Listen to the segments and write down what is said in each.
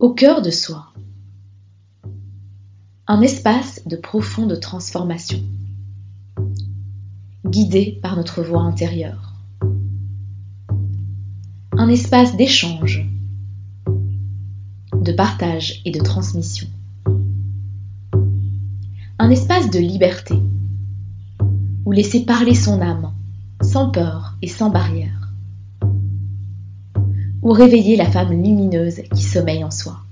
Au cœur de soi, un espace de profonde transformation, guidé par notre voix intérieure. Un espace d'échange, de partage et de transmission. Un espace de liberté, où laisser parler son âme, sans peur et sans barrière. Où réveiller la femme lumineuse qui sommeille en soi.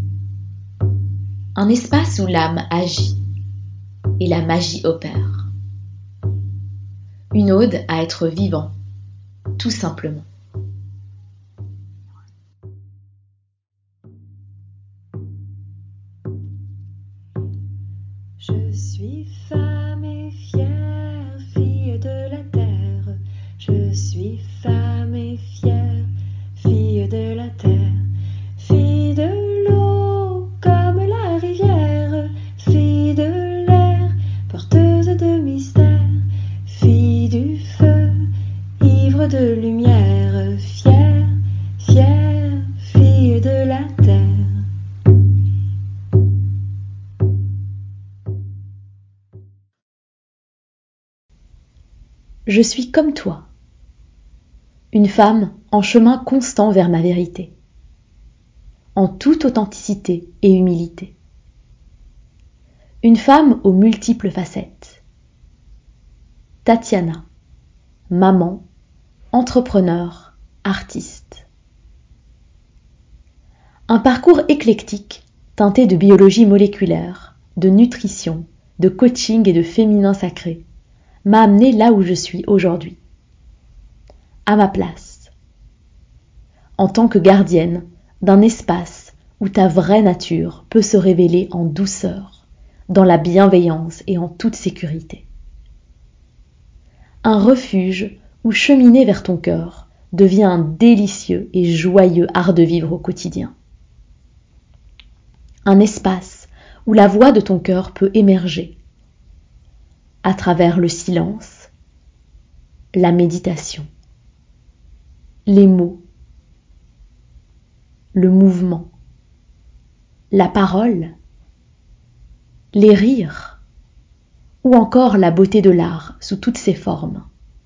Un espace où l'âme agit et la magie opère. Une ode à être vivant, tout simplement. Je suis femme et fière, fille de la terre. Je suis femme et fière, fille de la terre. Fille de l'eau comme la rivière, fille de l'air, porteuse de mystère. Fille du feu, ivre de lumière, fière, fière, fille de la terre. Je suis comme toi, une femme en chemin constant vers ma vérité, en toute authenticité et humilité. Une femme aux multiples facettes. Tatiana, maman, entrepreneur, artiste. Un parcours éclectique, teinté de biologie moléculaire, de nutrition, de coaching et de féminin sacré, m'a amené là où je suis aujourd'hui. À ma place. En tant que gardienne d'un espace où ta vraie nature peut se révéler en douceur, dans la bienveillance et en toute sécurité. Un refuge où cheminer vers ton cœur devient un délicieux et joyeux art de vivre au quotidien. Un espace où la voix de ton cœur peut émerger à travers le silence, la méditation, les mots, le mouvement, la parole, les rires ou encore la beauté de l'art sous toutes ses formes.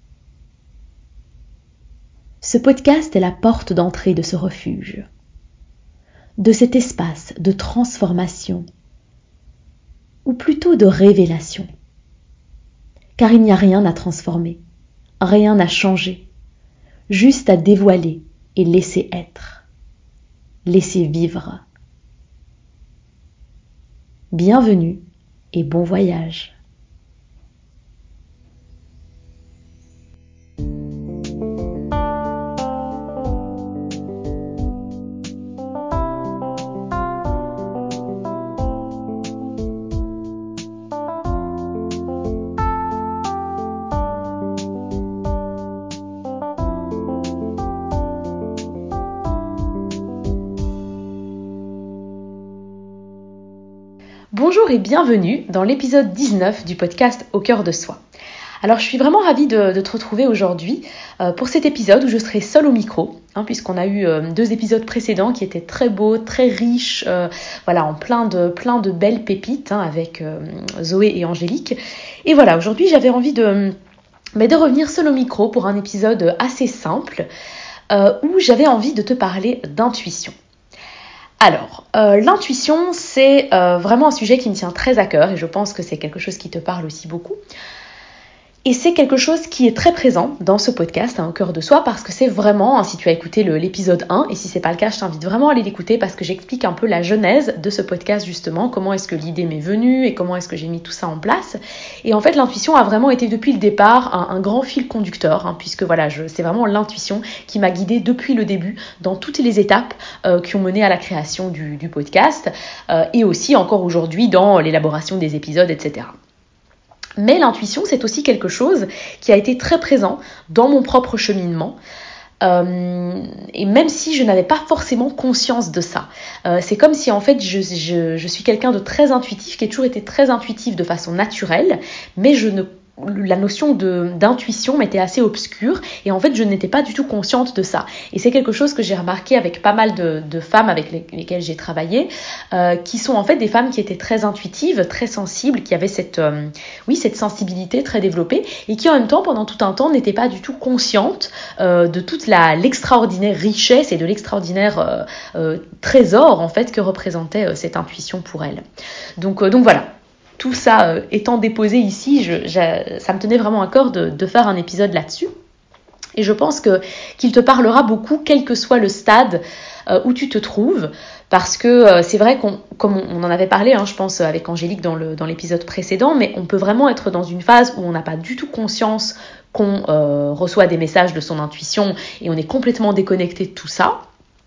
Ce podcast est la porte d'entrée de ce refuge, de cet espace de transformation, ou plutôt de révélation. Car il n'y a rien à transformer, rien à changer, juste à dévoiler et laisser être, laisser vivre. Bienvenue et bon voyage. Bonjour et bienvenue dans l'épisode 19 du podcast Au cœur de soi. Alors je suis vraiment ravie de te retrouver aujourd'hui pour cet épisode où je serai seule au micro, puisqu'on a eu 2 épisodes précédents qui étaient très beaux, très riches, en plein de belles pépites avec Zoé et Angélique. Et voilà, aujourd'hui j'avais envie de revenir seule au micro pour un épisode assez simple où j'avais envie de te parler d'intuition. Alors, l'intuition, c'est vraiment un sujet qui me tient très à cœur et je pense que c'est quelque chose qui te parle aussi beaucoup. Et c'est quelque chose qui est très présent dans ce podcast, Au cœur de soi, parce que c'est vraiment, si tu as écouté l'épisode 1, et si c'est pas le cas, je t'invite vraiment à aller l'écouter parce que j'explique un peu la genèse de ce podcast justement, comment est-ce que l'idée m'est venue et comment est-ce que j'ai mis tout ça en place. Et en fait, l'intuition a vraiment été depuis le départ un grand fil conducteur, puisque voilà, c'est vraiment l'intuition qui m'a guidée depuis le début dans toutes les étapes qui ont mené à la création du podcast et aussi encore aujourd'hui dans l'élaboration des épisodes, etc. Mais l'intuition, c'est aussi quelque chose qui a été très présent dans mon propre cheminement. Et même si je n'avais pas forcément conscience de ça. C'est comme si en fait je suis quelqu'un de très intuitif, qui a toujours été très intuitif de façon naturelle, mais je ne la notion d'intuition m'était assez obscure et en fait je n'étais pas du tout consciente de ça. Et c'est quelque chose que j'ai remarqué avec pas mal de femmes avec lesquelles j'ai travaillé, qui sont en fait des femmes qui étaient très intuitives, très sensibles, qui avaient cette sensibilité très développée et qui en même temps pendant tout un temps n'étaient pas du tout conscientes de toute l'extraordinaire richesse et de l'extraordinaire trésor en fait que représentait cette intuition pour elles. Donc voilà. Tout ça étant déposé ici, ça me tenait vraiment à cœur de faire un épisode là-dessus. Et je pense qu'il te parlera beaucoup, quel que soit le stade où tu te trouves. Parce que c'est vrai comme on en avait parlé, je pense, avec Angélique dans l'épisode précédent, mais on peut vraiment être dans une phase où on n'a pas du tout conscience qu'on reçoit des messages de son intuition et on est complètement déconnecté de tout ça.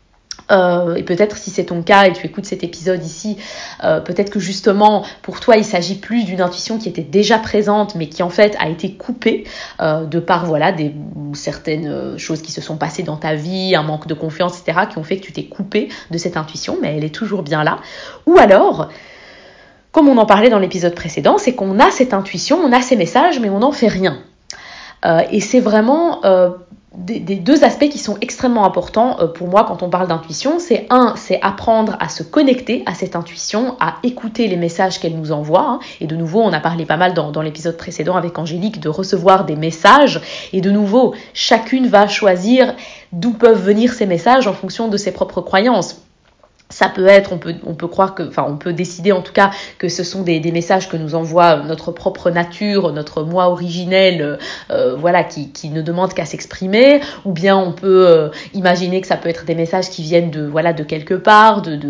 Et peut-être si c'est ton cas et tu écoutes cet épisode ici, peut-être que justement pour toi il s'agit plus d'une intuition qui était déjà présente mais qui en fait a été coupée de par certaines choses qui se sont passées dans ta vie, un manque de confiance, etc. qui ont fait que tu t'es coupé de cette intuition, mais elle est toujours bien là. Ou alors, comme on en parlait dans l'épisode précédent, c'est qu'on a cette intuition, on a ces messages mais on n'en fait rien. Et c'est vraiment des deux aspects qui sont extrêmement importants pour moi quand on parle d'intuition. C'est apprendre à se connecter à cette intuition, à écouter les messages qu'elle nous envoie. Et de nouveau, on a parlé pas mal dans l'épisode précédent avec Angélique de recevoir des messages. Et de nouveau, chacune va choisir d'où peuvent venir ces messages en fonction de ses propres croyances. Ça peut être, on peut croire on peut décider en tout cas que ce sont des messages que nous envoie notre propre nature, notre moi originel, qui ne demande qu'à s'exprimer, ou bien on peut imaginer que ça peut être des messages qui viennent de quelque part, du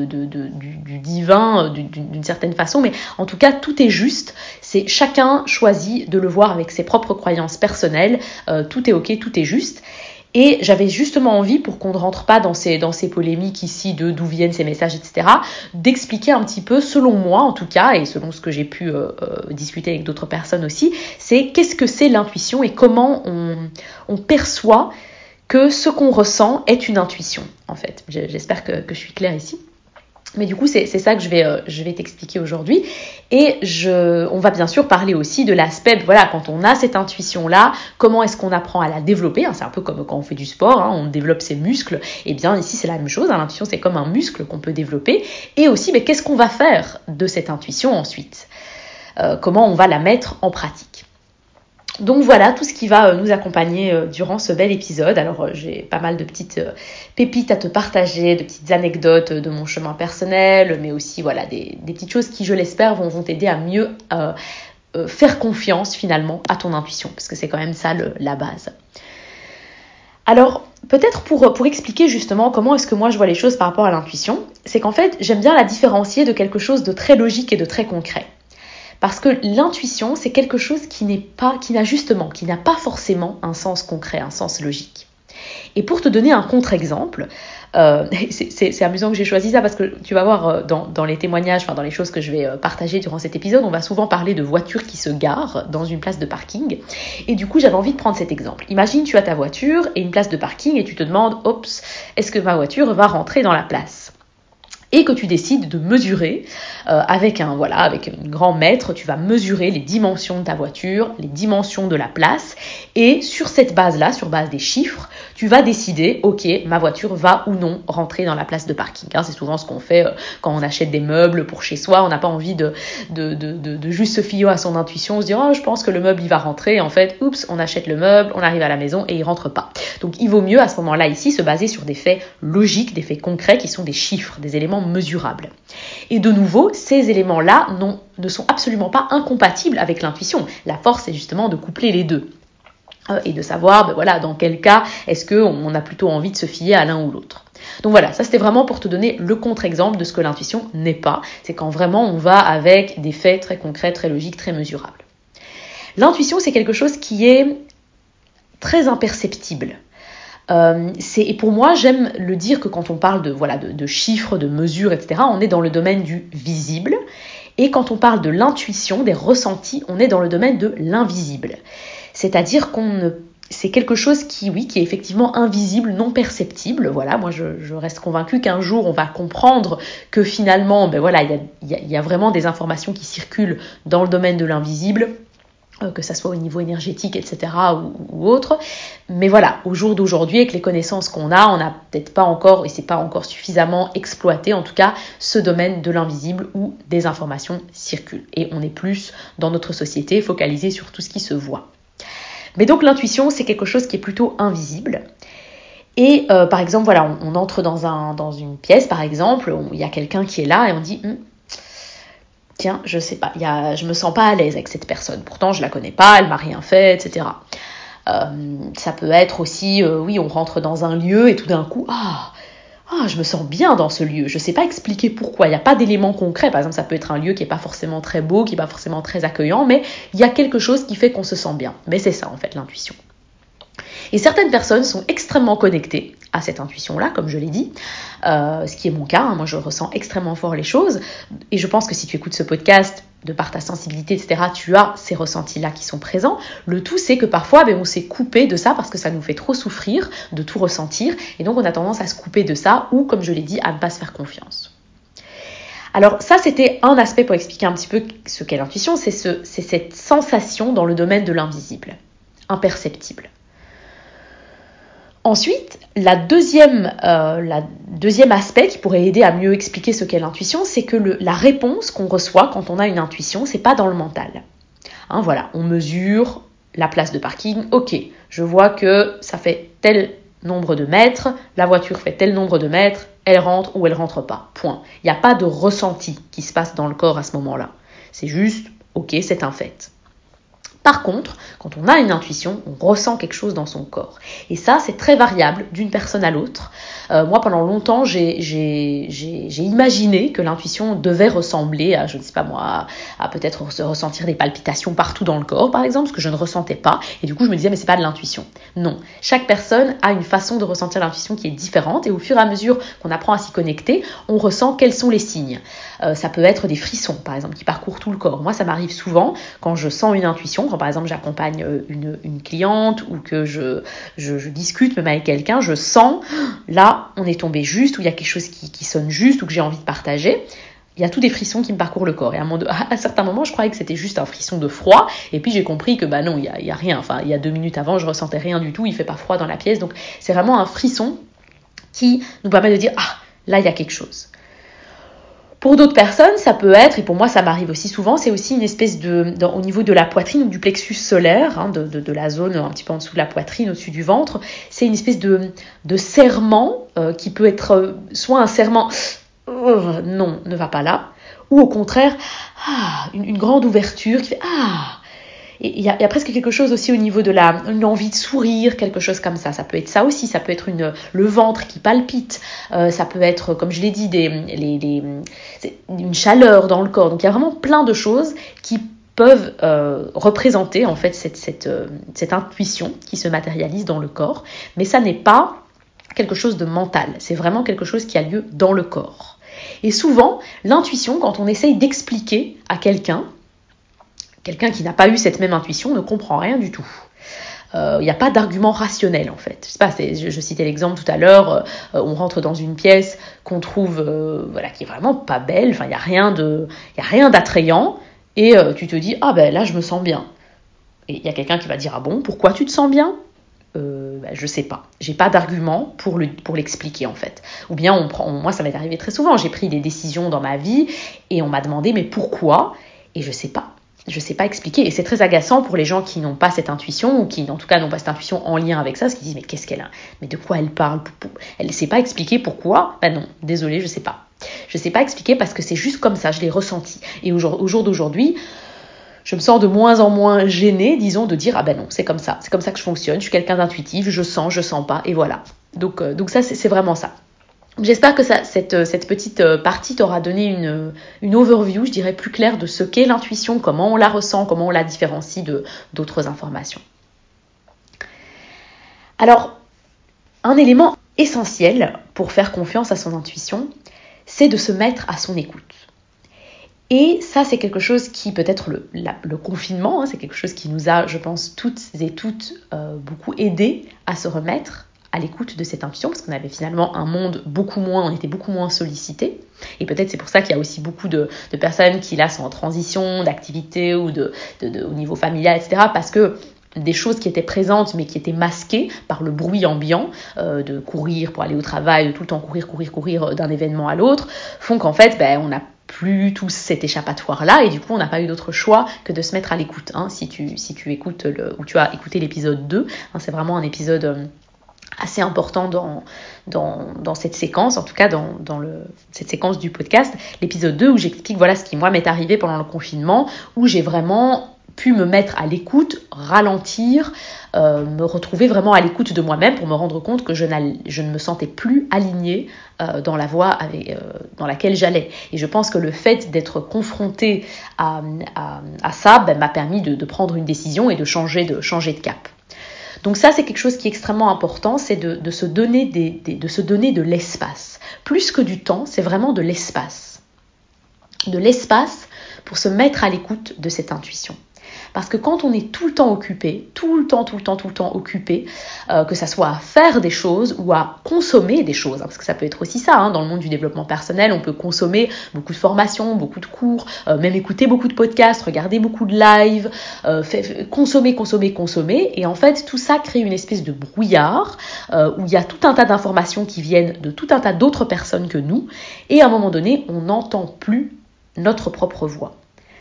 divin, d'une certaine façon, mais en tout cas tout est juste. C'est chacun choisit de le voir avec ses propres croyances personnelles. Tout est ok, tout est juste. Et j'avais justement envie, pour qu'on ne rentre pas dans ces polémiques ici de d'où viennent ces messages, etc., d'expliquer un petit peu, selon moi en tout cas, et selon ce que j'ai pu discuter avec d'autres personnes aussi, c'est qu'est-ce que c'est l'intuition et comment on perçoit que ce qu'on ressent est une intuition, en fait. J'espère que je suis claire ici. Mais du coup, c'est ça que je vais t'expliquer aujourd'hui. Et on va bien sûr parler aussi de l'aspect, quand on a cette intuition-là, comment est-ce qu'on apprend à la développer. C'est un peu comme quand on fait du sport, on développe ses muscles. Et bien ici, c'est la même chose. L'intuition, c'est comme un muscle qu'on peut développer. Et aussi, qu'est-ce qu'on va faire de cette intuition ensuite ? Comment on va la mettre en pratique ? Donc voilà tout ce qui va nous accompagner durant ce bel épisode. Alors j'ai pas mal de petites pépites à te partager, de petites anecdotes de mon chemin personnel, mais aussi des petites choses qui, je l'espère, vont t'aider à mieux faire confiance finalement à ton intuition, parce que c'est quand même ça la base. Alors peut-être pour expliquer justement comment est-ce que moi je vois les choses par rapport à l'intuition, c'est qu'en fait j'aime bien la différencier de quelque chose de très logique et de très concret. Parce que l'intuition, c'est quelque chose qui n'a pas forcément un sens concret, un sens logique. Et pour te donner un contre-exemple, c'est amusant que j'ai choisi ça parce que tu vas voir dans les témoignages, dans les choses que je vais partager durant cet épisode, on va souvent parler de voitures qui se garent dans une place de parking. Et du coup, j'avais envie de prendre cet exemple. Imagine, tu as ta voiture et une place de parking et tu te demandes, est-ce que ma voiture va rentrer dans la place ? Et que tu décides de mesurer avec un grand mètre, tu vas mesurer les dimensions de ta voiture, les dimensions de la place, et sur cette base-là, sur base des chiffres, tu vas décider, ok, ma voiture va ou non rentrer dans la place de parking. C'est souvent ce qu'on fait quand on achète des meubles pour chez soi, on n'a pas envie de juste se fier à son intuition, se dire, je pense que le meuble il va rentrer, en fait, on achète le meuble, on arrive à la maison et il rentre pas. Donc il vaut mieux à ce moment-là ici se baser sur des faits logiques, des faits concrets qui sont des chiffres, des éléments mesurables. Et de nouveau, ces éléments-là ne sont absolument pas incompatibles avec l'intuition. La force, c'est justement de coupler les deux. Et de savoir, dans quel cas est-ce qu'on a plutôt envie de se fier à l'un ou l'autre. Donc voilà, ça c'était vraiment pour te donner le contre-exemple de ce que l'intuition n'est pas. C'est quand vraiment on va avec des faits très concrets, très logiques, très mesurables. L'intuition, c'est quelque chose qui est très imperceptible. Et pour moi, j'aime le dire que quand on parle de chiffres, de mesures, etc., on est dans le domaine du visible. Et quand on parle de l'intuition, des ressentis, on est dans le domaine de l'invisible. C'est-à-dire c'est quelque chose qui est effectivement invisible, non perceptible. Moi je reste convaincue qu'un jour on va comprendre que finalement, il y a vraiment des informations qui circulent dans le domaine de l'invisible. que ça soit au niveau énergétique, etc. ou autre. Mais voilà, au jour d'aujourd'hui, avec les connaissances qu'on a, on n'a peut-être pas encore, et c'est pas encore suffisamment exploité, en tout cas, ce domaine de l'invisible où des informations circulent. Et on est plus, dans notre société, focalisé sur tout ce qui se voit. Mais donc l'intuition, c'est quelque chose qui est plutôt invisible. Et par exemple, voilà, on entre dans une pièce, par exemple, il y a quelqu'un qui est là et on dit tiens, je sais pas, je me sens pas à l'aise avec cette personne. Pourtant, je la connais pas, elle m'a rien fait, etc. Ça peut être aussi, oui, on rentre dans un lieu et tout d'un coup, je me sens bien dans ce lieu. Je sais pas expliquer pourquoi. Il n'y a pas d'éléments concrets. Par exemple, ça peut être un lieu qui est pas forcément très beau, qui est pas forcément très accueillant, mais il y a quelque chose qui fait qu'on se sent bien. Mais c'est ça, en fait, l'intuition. Et certaines personnes sont extrêmement connectées à cette intuition-là, comme je l'ai dit, ce qui est mon cas. Moi, je ressens extrêmement fort les choses. Et je pense que si tu écoutes ce podcast, de par ta sensibilité, etc., tu as ces ressentis-là qui sont présents. Le tout, c'est que parfois, on s'est coupé de ça parce que ça nous fait trop souffrir de tout ressentir. Et donc, on a tendance à se couper de ça ou, comme je l'ai dit, à ne pas se faire confiance. Alors ça, c'était un aspect pour expliquer un petit peu ce qu'est l'intuition. C'est cette sensation dans le domaine de l'invisible, imperceptible. Ensuite, la deuxième aspect qui pourrait aider à mieux expliquer ce qu'est l'intuition, c'est que la réponse qu'on reçoit quand on a une intuition, c'est pas dans le mental. Voilà, on mesure la place de parking, ok, je vois que ça fait tel nombre de mètres, la voiture fait tel nombre de mètres, elle rentre ou elle rentre pas, point. Il n'y a pas de ressenti qui se passe dans le corps à ce moment-là. C'est juste, ok, c'est un fait. Par contre, quand on a une intuition, on ressent quelque chose dans son corps. Et ça, c'est très variable d'une personne à l'autre. Moi, pendant longtemps, j'ai imaginé que l'intuition devait ressembler à, je ne sais pas moi, à peut-être ressentir des palpitations partout dans le corps, par exemple, ce que je ne ressentais pas. Et du coup, je me disais, mais c'est pas de l'intuition. Non. Chaque personne a une façon de ressentir l'intuition qui est différente. Et au fur et à mesure qu'on apprend à s'y connecter, on ressent quels sont les signes. Ça peut être des frissons, par exemple, qui parcourent tout le corps. Moi, ça m'arrive souvent quand je sens une intuition, quand par exemple j'accompagne une cliente ou que je discute même avec quelqu'un, je sens, là, on est tombé juste, ou il y a quelque chose qui sonne juste, ou que j'ai envie de partager. Il y a tous des frissons qui me parcourent le corps. Et à certains moments, je croyais que c'était juste un frisson de froid. Et puis, j'ai compris que non, il y a rien. Enfin, il y a 2 minutes avant, je ressentais rien du tout. Il fait pas froid dans la pièce. Donc, c'est vraiment un frisson qui nous permet de dire, là, il y a quelque chose. Pour d'autres personnes, ça peut être, et pour moi ça m'arrive aussi souvent, c'est aussi une espèce au niveau de la poitrine ou du plexus solaire, de la zone un petit peu en dessous de la poitrine, au-dessus du ventre, c'est une espèce de serrement qui peut être soit un serrement non, ne va pas là, ou au contraire une grande ouverture qui fait et il y a presque quelque chose aussi au niveau de une envie de sourire, quelque chose comme ça. Ça peut être ça aussi, ça peut être le ventre qui palpite, ça peut être, comme je l'ai dit, une chaleur dans le corps. Donc il y a vraiment plein de choses qui peuvent représenter en fait cette intuition qui se matérialise dans le corps. Mais ça n'est pas quelque chose de mental, c'est vraiment quelque chose qui a lieu dans le corps. Et souvent, l'intuition, quand on essaye d'expliquer à quelqu'un qui n'a pas eu cette même intuition ne comprend rien du tout. Il n'y a pas d'argument rationnel en fait. Je sais pas, je citais l'exemple tout à l'heure, on rentre dans une pièce qu'on trouve qui est vraiment pas belle, enfin il n'y a rien d'attrayant et tu te dis là je me sens bien. Et il y a quelqu'un qui va dire bon, pourquoi tu te sens bien ? Je sais pas, j'ai pas d'argument pour l'expliquer en fait. Ou bien moi ça m'est arrivé très souvent, j'ai pris des décisions dans ma vie et on m'a demandé mais pourquoi ? Et je sais pas expliquer. Et c'est très agaçant pour les gens qui n'ont pas cette intuition ou qui, en tout cas, n'ont pas cette intuition en lien avec ça, parce qu'ils disent, mais qu'est-ce qu'elle a ? Mais de quoi elle parle ? Elle ne sait pas expliquer pourquoi ? Non, désolée, je ne sais pas. Je ne sais pas expliquer parce que c'est juste comme ça, je l'ai ressenti. Et au jour d'aujourd'hui, je me sens de moins en moins gênée, disons, de dire, non, c'est comme ça que je fonctionne, je suis quelqu'un d'intuitif, je sens pas, et voilà. Donc ça, c'est vraiment ça. J'espère que cette petite partie t'aura donné une overview, je dirais, plus claire de ce qu'est l'intuition, comment on la ressent, comment on la différencie d'autres informations. Alors, un élément essentiel pour faire confiance à son intuition, c'est de se mettre à son écoute. Et ça, c'est quelque chose qui, peut-être le confinement, c'est quelque chose qui nous a, je pense, toutes et toutes beaucoup aidé à se remettre à l'écoute de cette intuition, parce qu'on avait finalement un monde on était beaucoup moins sollicité. Et peut-être c'est pour ça qu'il y a aussi beaucoup de personnes qui là sont en transition d'activité ou au niveau familial, etc. Parce que des choses qui étaient présentes mais qui étaient masquées par le bruit ambiant, de courir pour aller au travail, de tout le temps courir d'un événement à l'autre, font qu'en fait on n'a plus tout cet échappatoire-là, et du coup on n'a pas eu d'autre choix que de se mettre à l'écoute. Si tu écoutes ou tu as écouté l'épisode 2, c'est vraiment un épisode assez important dans cette séquence, en tout cas dans cette séquence du podcast, l'épisode 2 où j'explique ce qui moi m'est arrivé pendant le confinement, où j'ai vraiment pu me mettre à l'écoute, ralentir, me retrouver vraiment à l'écoute de moi-même pour me rendre compte que je ne me sentais plus alignée dans la voie dans laquelle j'allais. Et je pense que le fait d'être confrontée à ça m'a permis de prendre une décision et de changer de cap. Donc ça, c'est quelque chose qui est extrêmement important, c'est de se donner de l'espace. Plus que du temps, c'est vraiment de l'espace. De l'espace pour se mettre à l'écoute de cette intuition. Parce que quand on est tout le temps occupé, occupé, que ça soit à faire des choses ou à consommer des choses, parce que ça peut être aussi ça, dans le monde du développement personnel, on peut consommer beaucoup de formations, beaucoup de cours, même écouter beaucoup de podcasts, regarder beaucoup de lives, consommer, et en fait tout ça crée une espèce de brouillard où il y a tout un tas d'informations qui viennent de tout un tas d'autres personnes que nous, et à un moment donné, on n'entend plus notre propre voix.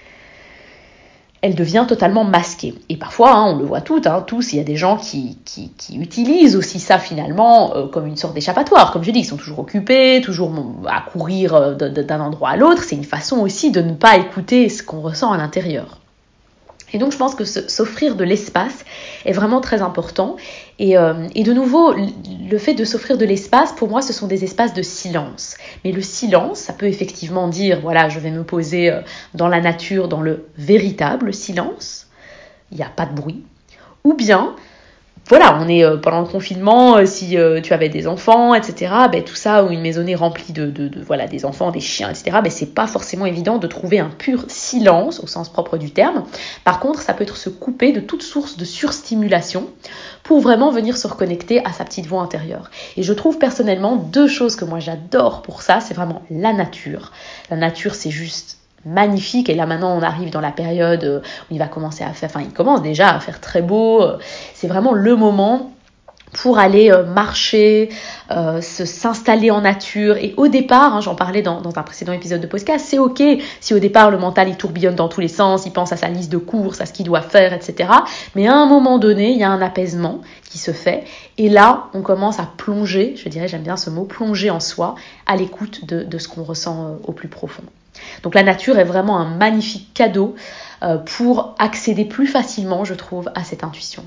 Elle devient totalement masquée. Et parfois, on le voit tous, il y a des gens qui utilisent aussi ça finalement comme une sorte d'échappatoire. Comme je dis, ils sont toujours occupés, toujours à courir d'un endroit à l'autre. C'est une façon aussi de ne pas écouter ce qu'on ressent à l'intérieur. Et donc je pense que s'offrir de l'espace est vraiment très important. Et de nouveau, le fait de s'offrir de l'espace, pour moi, ce sont des espaces de silence. Mais le silence, ça peut effectivement dire, je vais me poser dans la nature, dans le véritable silence. Il n'y a pas de bruit. Ou bien, on est pendant le confinement, si tu avais des enfants, etc., tout ça, ou une maisonnée remplie de des enfants, des chiens, etc., c'est pas forcément évident de trouver un pur silence, au sens propre du terme. Par contre, ça peut être se couper de toute source de surstimulation pour vraiment venir se reconnecter à sa petite voix intérieure. Et je trouve personnellement 2 choses que moi j'adore pour ça, c'est vraiment la nature. La nature, c'est juste magnifique, et là maintenant on arrive dans la période où il va commencer à faire, il commence déjà à faire très beau, c'est vraiment le moment pour aller marcher, s'installer en nature. Et au départ, j'en parlais dans un précédent épisode de podcast, c'est ok si au départ le mental il tourbillonne dans tous les sens, il pense à sa liste de courses, à ce qu'il doit faire, etc. Mais à un moment donné, il y a un apaisement qui se fait, et là on commence à plonger, je dirais, j'aime bien ce mot, plonger en soi, à l'écoute de ce qu'on ressent au plus profond. Donc la nature est vraiment un magnifique cadeau pour accéder plus facilement, je trouve, à cette intuition.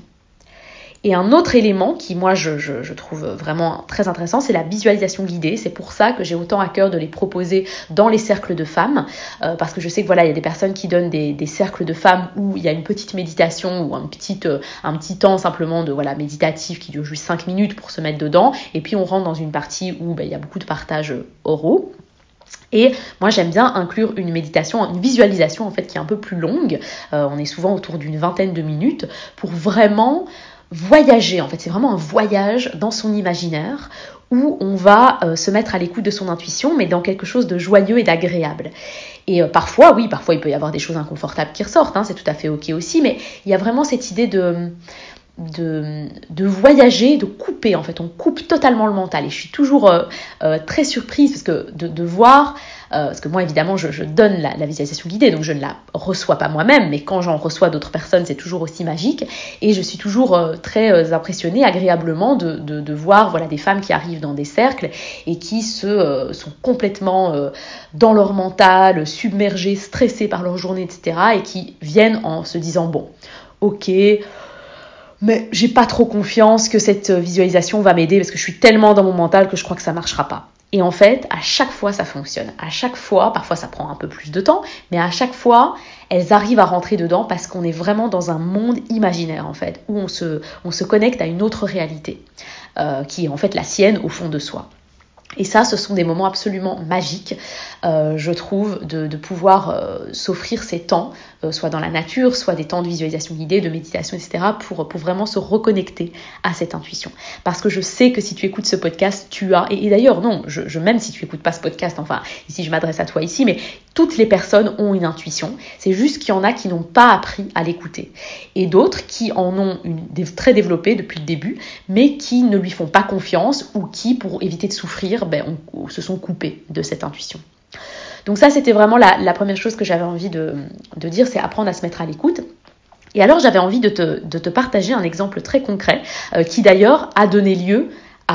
Et un autre élément qui, moi, je trouve vraiment très intéressant, c'est la visualisation guidée. C'est pour ça que j'ai autant à cœur de les proposer dans les cercles de femmes, parce que je sais que il y a des personnes qui donnent des cercles de femmes où il y a une petite méditation ou un petit temps simplement de méditatif qui dure juste 5 minutes pour se mettre dedans. Et puis on rentre dans une partie où il y a beaucoup de partages oraux. Et moi, j'aime bien inclure une méditation, une visualisation en fait qui est un peu plus longue. On est souvent autour d'une 20aine de minutes pour vraiment voyager. En fait, c'est vraiment un voyage dans son imaginaire où on va se mettre à l'écoute de son intuition, mais dans quelque chose de joyeux et d'agréable. Et parfois il peut y avoir des choses inconfortables qui ressortent, c'est tout à fait ok aussi, mais il y a vraiment cette idée de voyager, de couper, en fait, on coupe totalement le mental. Et je suis toujours très surprise parce que de voir, parce que moi évidemment je donne la visualisation guidée, donc je ne la reçois pas moi-même, mais quand j'en reçois d'autres personnes, c'est toujours aussi magique, et je suis toujours très impressionnée agréablement de voir des femmes qui arrivent dans des cercles et qui sont complètement dans leur mental, submergées, stressées par leur journée, etc., et qui viennent en se disant ok, mais j'ai pas trop confiance que cette visualisation va m'aider parce que je suis tellement dans mon mental que je crois que ça marchera pas. Et en fait, à chaque fois, ça fonctionne. À chaque fois, parfois ça prend un peu plus de temps, mais à chaque fois, elles arrivent à rentrer dedans parce qu'on est vraiment dans un monde imaginaire, en fait, où on se connecte à une autre réalité, qui est en fait la sienne au fond de soi. Et ça, ce sont des moments absolument magiques, je trouve, de pouvoir s'offrir ces temps, soit dans la nature, soit des temps de visualisation guidée, de méditation, etc., pour vraiment se reconnecter à cette intuition. Parce que je sais que si tu écoutes ce podcast, tu as... Et d'ailleurs, non, même si tu n'écoutes pas ce podcast, enfin, ici je m'adresse à toi ici, mais toutes les personnes ont une intuition. C'est juste qu'il y en a qui n'ont pas appris à l'écouter. Et d'autres qui en ont très développée depuis le début, mais qui ne lui font pas confiance ou qui, pour éviter de souffrir, se sont coupés de cette intuition. Donc ça, c'était vraiment la première chose que j'avais envie de dire, c'est apprendre à se mettre à l'écoute. Et alors, j'avais envie de te partager un exemple très concret qui d'ailleurs a donné lieu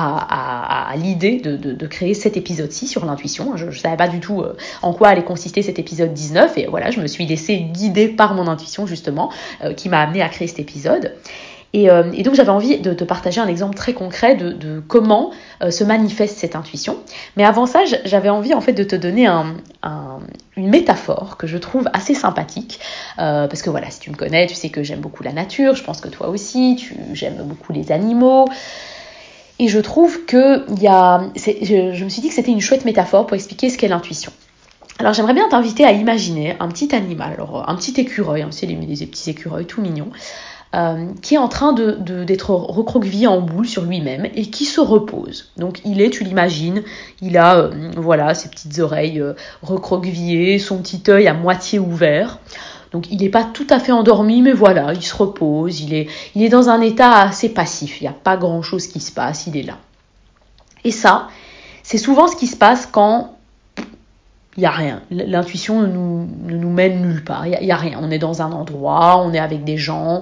à l'idée de créer cet épisode-ci sur l'intuition. Je ne savais pas du tout en quoi allait consister cet épisode 19 et voilà, je me suis laissée guider par mon intuition justement qui m'a amenée à créer cet épisode. Et donc j'avais envie de te partager un exemple très concret de comment se manifeste cette intuition. Mais avant ça, j'avais envie en fait de te donner une métaphore que je trouve assez sympathique. Parce que voilà, si tu me connais, tu sais que j'aime beaucoup la nature, je pense que toi aussi, j'aimes beaucoup les animaux. Et je trouve que je me suis dit que c'était une chouette métaphore pour expliquer ce qu'est l'intuition. Alors j'aimerais bien t'inviter à imaginer un petit animal, alors un petit écureuil, c'est des petits écureuils tout mignons, qui est en train d'être recroquevillé en boule sur lui-même et qui se repose. Donc tu l'imagines, il a ses petites oreilles recroquevillées, son petit œil à moitié ouvert. Donc il n'est pas tout à fait endormi, mais voilà, il se repose, il est dans un état assez passif, il n'y a pas grand-chose qui se passe, il est là. Et ça, c'est souvent ce qui se passe quand il n'y a rien. L'intuition ne nous mène nulle part, il n'y a rien. On est dans un endroit, on est avec des gens,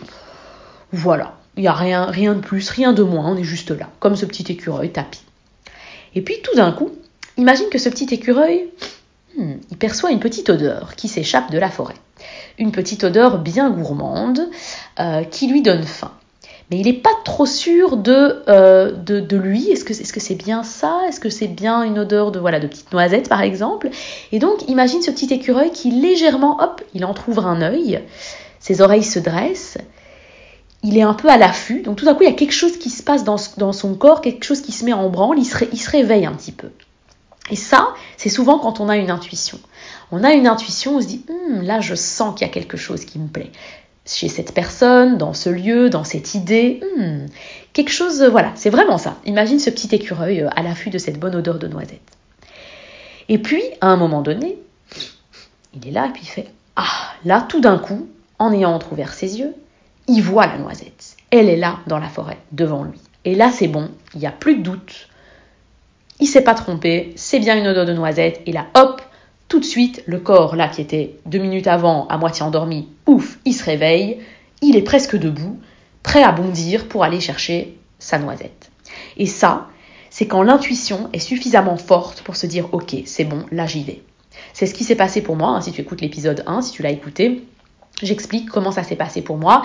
voilà, il n'y a rien de plus, rien de moins, on est juste là, comme ce petit écureuil tapis. Et puis tout d'un coup, imagine que ce petit écureuil, il perçoit une petite odeur qui s'échappe de la forêt. Une petite odeur bien gourmande qui lui donne faim. Mais il n'est pas trop sûr de lui. Est-ce que c'est bien ça ? Est-ce que c'est bien une odeur de petite noisette par exemple ? Et donc imagine ce petit écureuil qui légèrement, il entrouvre un œil, ses oreilles se dressent, il est un peu à l'affût, donc tout d'un coup il y a quelque chose qui se passe dans son corps, quelque chose qui se met en branle, il se réveille un petit peu. Et ça, c'est souvent quand on a une intuition. On a une intuition, on se dit là je sens qu'il y a quelque chose qui me plaît. Chez cette personne, dans ce lieu, dans cette idée, quelque chose, c'est vraiment ça. Imagine ce petit écureuil à l'affût de cette bonne odeur de noisette. Et puis, à un moment donné, il est là et puis il fait là tout d'un coup, en ayant entrouvert ses yeux, il voit la noisette. Elle est là dans la forêt, devant lui. Et là c'est bon, il n'y a plus de doute. Il ne s'est pas trompé, c'est bien une odeur de noisette. Et là, tout de suite, le corps, là, qui était 2 minutes avant, à moitié endormi, il se réveille, il est presque debout, prêt à bondir pour aller chercher sa noisette. Et ça, c'est quand l'intuition est suffisamment forte pour se dire « Ok, c'est bon, là j'y vais ». C'est ce qui s'est passé pour moi, si tu écoutes l'épisode 1, si tu l'as écouté, j'explique comment ça s'est passé pour moi.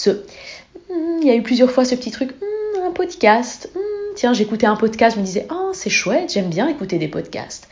Il y a eu plusieurs fois ce petit truc, un podcast, tiens, j'écoutais un podcast, je me disais « c'est chouette, j'aime bien écouter des podcasts.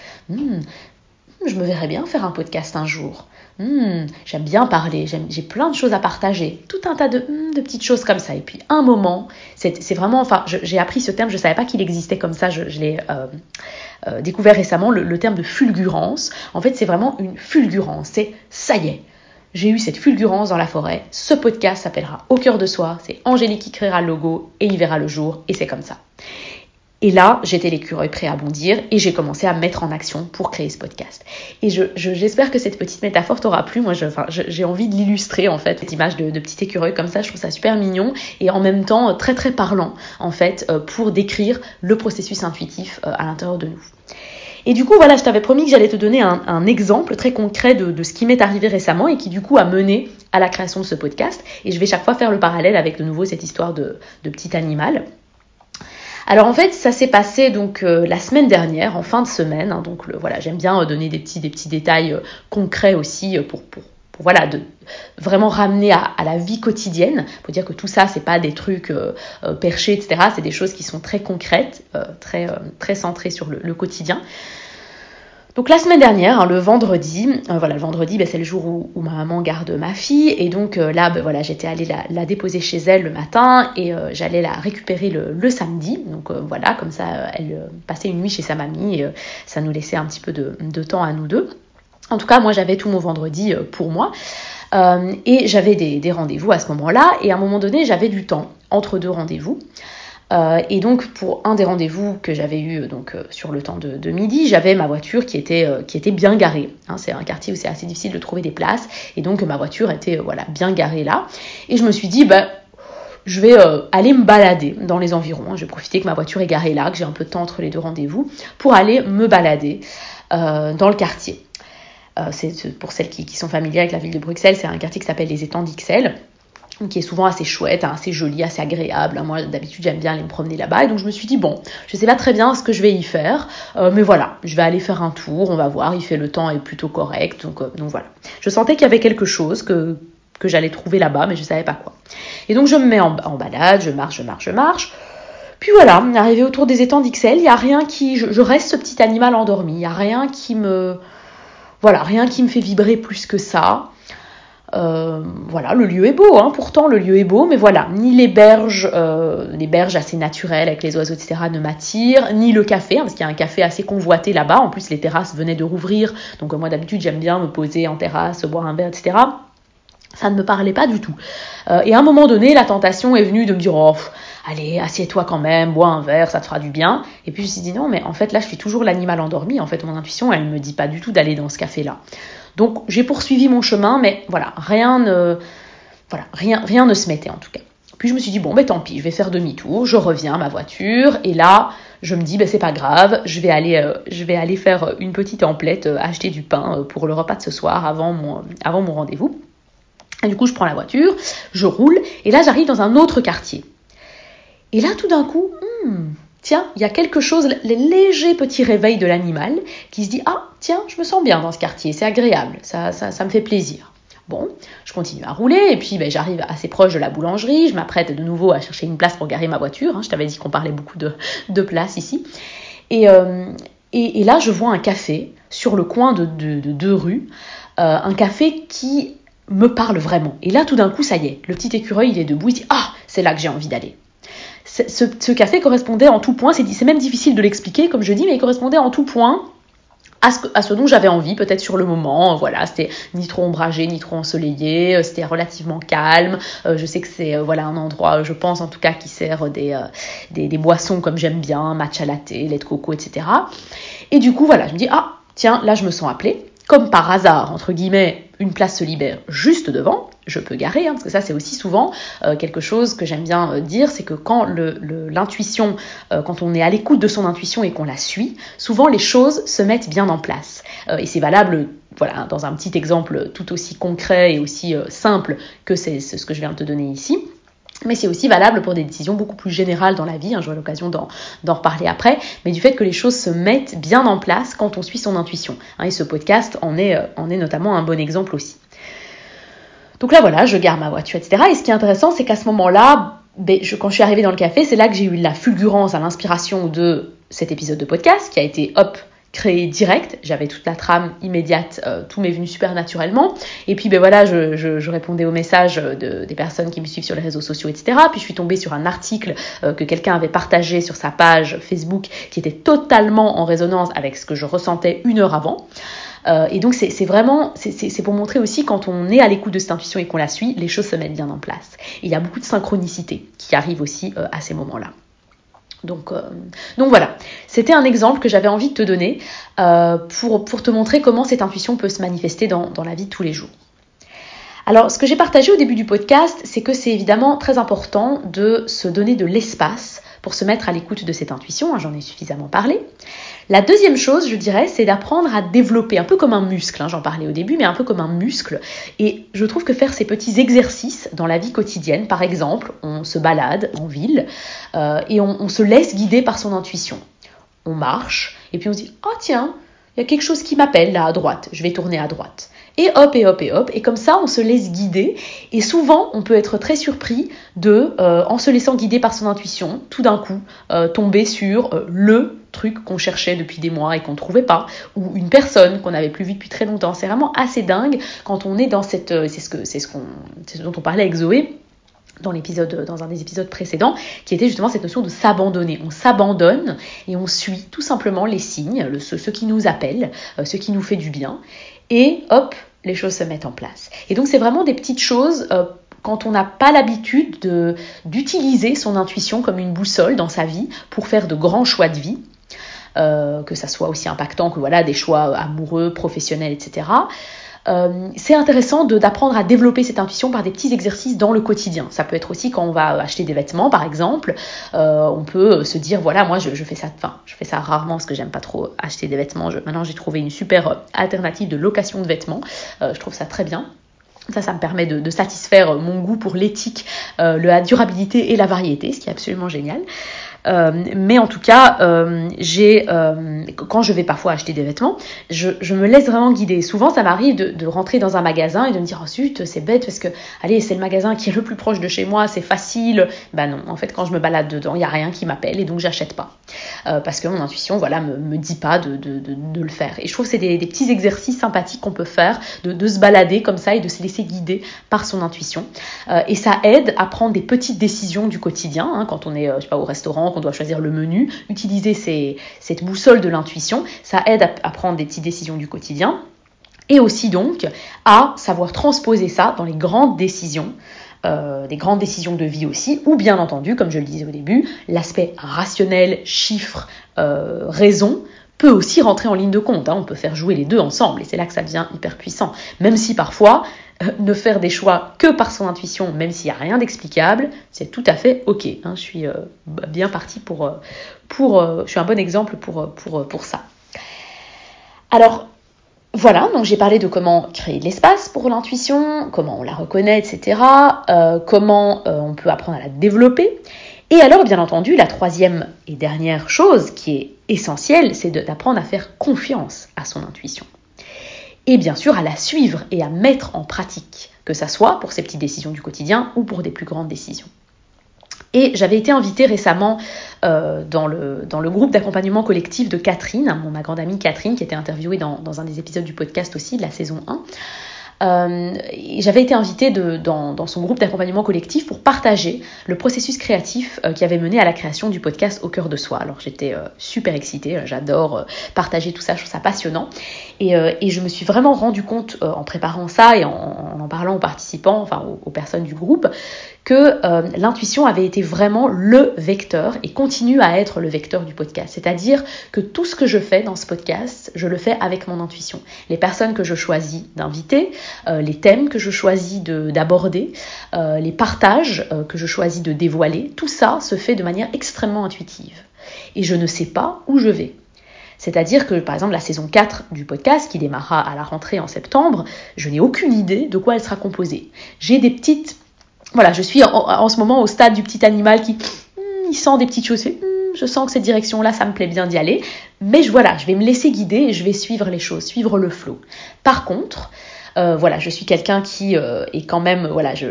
Je me verrais bien faire un podcast un jour. J'aime bien parler, j'ai plein de choses à partager. » Tout un tas de petites choses comme ça. Et puis, un moment, c'est vraiment... j'ai appris ce terme, je ne savais pas qu'il existait comme ça, je l'ai découvert récemment, le terme de fulgurance. En fait, c'est vraiment une fulgurance. C'est « ça y est, j'ai eu cette fulgurance dans la forêt. Ce podcast s'appellera Au cœur de soi. C'est Angélique qui créera le logo et il verra le jour. Et c'est comme ça. » Et là, j'étais l'écureuil prêt à bondir et j'ai commencé à me mettre en action pour créer ce podcast. Et j'espère que cette petite métaphore t'aura plu. Moi, j'ai envie de l'illustrer, en fait, cette image de petit écureuil comme ça. Je trouve ça super mignon et en même temps très, très parlant, en fait, pour décrire le processus intuitif à l'intérieur de nous. Et du coup, je t'avais promis que j'allais te donner un exemple très concret de ce qui m'est arrivé récemment et qui, du coup, a mené à la création de ce podcast. Et je vais chaque fois faire le parallèle avec, de nouveau, cette histoire de petit animal. Alors en fait, ça s'est passé donc la semaine dernière, en fin de semaine. Donc j'aime bien donner des petits détails concrets aussi pour de vraiment ramener à la vie quotidienne. Faut dire que tout ça, c'est pas des trucs perchés, etc. C'est des choses qui sont très concrètes, très centrées sur le quotidien. Donc la semaine dernière, le vendredi, le vendredi, c'est le jour où ma maman garde ma fille, et donc j'étais allée la déposer chez elle le matin, et j'allais la récupérer le samedi. Donc comme ça, elle passait une nuit chez sa mamie, et ça nous laissait un petit peu de temps à nous deux. En tout cas, moi j'avais tout mon vendredi pour moi, et j'avais des rendez-vous à ce moment-là, et à un moment donné, j'avais du temps entre deux rendez-vous. Et donc pour un des rendez-vous que j'avais eu sur le temps de midi, j'avais ma voiture qui était bien garée. C'est un quartier où c'est assez difficile de trouver des places, et donc ma voiture était bien garée là. Et je me suis dit je vais aller me balader dans les environs. Je vais profiter que ma voiture est garée là, que j'ai un peu de temps entre les deux rendez-vous, pour aller me balader dans le quartier. C'est pour celles qui sont familières avec la ville de Bruxelles, c'est un quartier qui s'appelle les Étangs d'Ixelles, qui est souvent assez chouette, assez joli, assez agréable. Moi, d'habitude, j'aime bien aller me promener là-bas. Et donc, je me suis dit, je sais pas très bien ce que je vais y faire, mais voilà, je vais aller faire un tour, on va voir, le temps est plutôt correct. Donc voilà. Je sentais qu'il y avait quelque chose que j'allais trouver là-bas, mais je savais pas quoi. Et donc, je me mets en balade, je marche. Puis voilà, arrivé autour des étangs d'Ixelles, il n'y a rien qui... Je reste ce petit animal endormi, il n'y a rien qui me... rien qui me fait vibrer plus que ça. Le lieu est beau, pourtant le lieu est beau, mais ni les berges assez naturelles avec les oiseaux, etc. ne m'attirent, ni le café, parce qu'il y a un café assez convoité là-bas. En plus, les terrasses venaient de rouvrir, donc moi d'habitude j'aime bien me poser en terrasse, boire un verre, etc. Ça ne me parlait pas du tout. Et à un moment donné, la tentation est venue de me dire allez, assieds-toi quand même, bois un verre, ça te fera du bien. Et puis je me suis dit non, mais en fait là je suis toujours l'animal endormi. En fait, mon intuition, elle me dit pas du tout d'aller dans ce café-là. Donc j'ai poursuivi mon chemin, mais rien ne se mettait en tout cas. Puis je me suis dit tant pis, je vais faire demi-tour, je reviens à ma voiture, et là je me dis c'est pas grave, je vais aller faire une petite emplette, acheter du pain pour le repas de ce soir avant mon rendez-vous. Et du coup je prends la voiture, je roule, et là j'arrive dans un autre quartier. Et là tout d'un coup, tiens, il y a quelque chose, les légers petits réveils de l'animal qui se dit tiens, je me sens bien dans ce quartier, c'est agréable, ça me fait plaisir. Bon, je continue à rouler, et puis j'arrive assez proche de la boulangerie, je m'apprête de nouveau à chercher une place pour garer ma voiture, je t'avais dit qu'on parlait beaucoup de places ici, et là je vois un café sur le coin de deux rues, un café qui me parle vraiment. Et là tout d'un coup, ça y est, le petit écureuil il est debout, il dit c'est là que j'ai envie d'aller. Ce café correspondait en tout point, c'est même difficile de l'expliquer comme je dis, mais il correspondait en tout point à ce dont j'avais envie, peut-être sur le moment. C'était ni trop ombragé, ni trop ensoleillé, c'était relativement calme. Je sais que c'est un endroit, je pense en tout cas, qui sert des boissons comme j'aime bien, matcha latte, lait de coco, etc. Et du coup, je me dis, tiens, là je me sens appelée. Comme par hasard, entre guillemets, une place se libère juste devant, je peux garer, parce que ça c'est aussi souvent quelque chose que j'aime bien dire, c'est que quand l'intuition, quand on est à l'écoute de son intuition et qu'on la suit, souvent les choses se mettent bien en place. Et c'est valable, dans un petit exemple tout aussi concret et aussi simple que c'est ce que je viens de te donner ici. Mais c'est aussi valable pour des décisions beaucoup plus générales dans la vie, j'aurai l'occasion d'en reparler après, mais du fait que les choses se mettent bien en place quand on suit son intuition. Et ce podcast en est notamment un bon exemple aussi. Donc là, je gare ma voiture, etc. Et ce qui est intéressant, c'est qu'à ce moment-là, quand je suis arrivée dans le café, c'est là que j'ai eu la fulgurance à l'inspiration de cet épisode de podcast qui a été, créé direct. J'avais toute la trame immédiate, tout m'est venu super naturellement. Et puis je répondais aux messages des personnes qui me suivent sur les réseaux sociaux, etc. Puis je suis tombée sur un article que quelqu'un avait partagé sur sa page Facebook qui était totalement en résonance avec ce que je ressentais une heure avant. Et donc c'est pour montrer aussi, quand on est à l'écoute de cette intuition et qu'on la suit, les choses se mettent bien en place. Et il y a beaucoup de synchronicité qui arrive aussi à ces moments-là. Donc voilà, c'était un exemple que j'avais envie de te donner pour te montrer comment cette intuition peut se manifester dans la vie de tous les jours. Alors, ce que j'ai partagé au début du podcast, c'est que c'est évidemment très important de se donner de l'espace pour se mettre à l'écoute de cette intuition, j'en ai suffisamment parlé. La deuxième chose, je dirais, c'est d'apprendre à développer, un peu comme un muscle, j'en parlais au début, mais un peu comme un muscle. Et je trouve que faire ces petits exercices dans la vie quotidienne, par exemple, on se balade en ville et on se laisse guider par son intuition. On marche et puis on se dit « tiens, il y a quelque chose qui m'appelle là à droite, je vais tourner à droite ». Et hop, et hop, et hop. Et comme ça, on se laisse guider. Et souvent, on peut être très surpris en se laissant guider par son intuition, tout d'un coup, tomber sur le truc qu'on cherchait depuis des mois et qu'on ne trouvait pas, ou une personne qu'on n'avait plus vue depuis très longtemps. C'est vraiment assez dingue quand on est dans c'est ce dont on parlait avec Zoé, dans un des épisodes précédents, qui était justement cette notion de s'abandonner. On s'abandonne et on suit tout simplement les signes, ce qui nous appelle, ce qui nous fait du bien, et hop, les choses se mettent en place. Et donc c'est vraiment des petites choses quand on n'a pas l'habitude d'utiliser son intuition comme une boussole dans sa vie pour faire de grands choix de vie, que ça soit aussi impactant que des choix amoureux, professionnels, etc. C'est intéressant d'apprendre à développer cette intuition par des petits exercices dans le quotidien. Ça peut être aussi quand on va acheter des vêtements, par exemple. On peut se dire, moi je fais ça rarement parce que j'aime pas trop acheter des vêtements. Maintenant j'ai trouvé une super alternative de location de vêtements. Je trouve ça très bien. Ça me permet de satisfaire mon goût pour l'éthique, la durabilité et la variété, ce qui est absolument génial. Mais en tout cas, quand je vais parfois acheter des vêtements, je me laisse vraiment guider. Souvent, ça m'arrive de rentrer dans un magasin et de me dire « Oh zut, c'est bête parce que, allez, c'est le magasin qui est le plus proche de chez moi, c'est facile. » Non, en fait, quand je me balade dedans, il n'y a rien qui m'appelle et donc j'achète pas. Parce que mon intuition, me dit pas de le faire. Et je trouve que c'est des petits exercices sympathiques qu'on peut faire, de se balader comme ça et de se laisser guider par son intuition. Et ça aide à prendre des petites décisions du quotidien, quand on est, au restaurant, qu'on doit choisir le menu, utiliser cette boussole de l'intuition, ça aide à prendre des petites décisions du quotidien et aussi donc à savoir transposer ça dans les grandes décisions, des grandes décisions de vie aussi, ou bien entendu, comme je le disais au début, l'aspect rationnel, chiffre, raison, peut aussi rentrer en ligne de compte. On peut faire jouer les deux ensemble et c'est là que ça devient hyper puissant. Même si parfois, ne faire des choix que par son intuition, même s'il n'y a rien d'explicable, c'est tout à fait ok. Je suis bien partie je suis un bon exemple pour ça. Alors, voilà, donc j'ai parlé de comment créer de l'espace pour l'intuition, comment on la reconnaît, etc. Comment on peut apprendre à la développer. Et alors, bien entendu, la troisième et dernière chose qui est essentielle, c'est d'apprendre à faire confiance à son intuition. Et bien sûr, à la suivre et à mettre en pratique, que ça soit pour ces petites décisions du quotidien ou pour des plus grandes décisions. Et j'avais été invitée récemment dans le groupe d'accompagnement collectif de Catherine, ma grande amie Catherine, qui était interviewée dans un des épisodes du podcast aussi, de la saison 1. J'avais été invitée dans son groupe d'accompagnement collectif pour partager le processus créatif qui avait mené à la création du podcast Au cœur de soi. Alors j'étais super excitée, j'adore partager tout ça, je trouve ça passionnant. Et je me suis vraiment rendu compte en préparant ça et en parlant aux participants, enfin aux personnes du groupe, que l'intuition avait été vraiment le vecteur et continue à être le vecteur du podcast. C'est-à-dire que tout ce que je fais dans ce podcast, je le fais avec mon intuition. Les personnes que je choisis d'inviter, les thèmes que je choisis d'aborder, les partages que je choisis de dévoiler, tout ça se fait de manière extrêmement intuitive. Et je ne sais pas où je vais. C'est-à-dire que, par exemple, la saison 4 du podcast, qui démarrera à la rentrée en septembre, je n'ai aucune idée de quoi elle sera composée. J'ai des petites... Voilà, je suis en ce moment au stade du petit animal qui il sent des petites choses. Je sens que cette direction-là, ça me plaît bien d'y aller. Mais je vais me laisser guider et je vais suivre les choses, suivre le flow. Par contre, je suis quelqu'un qui est quand même,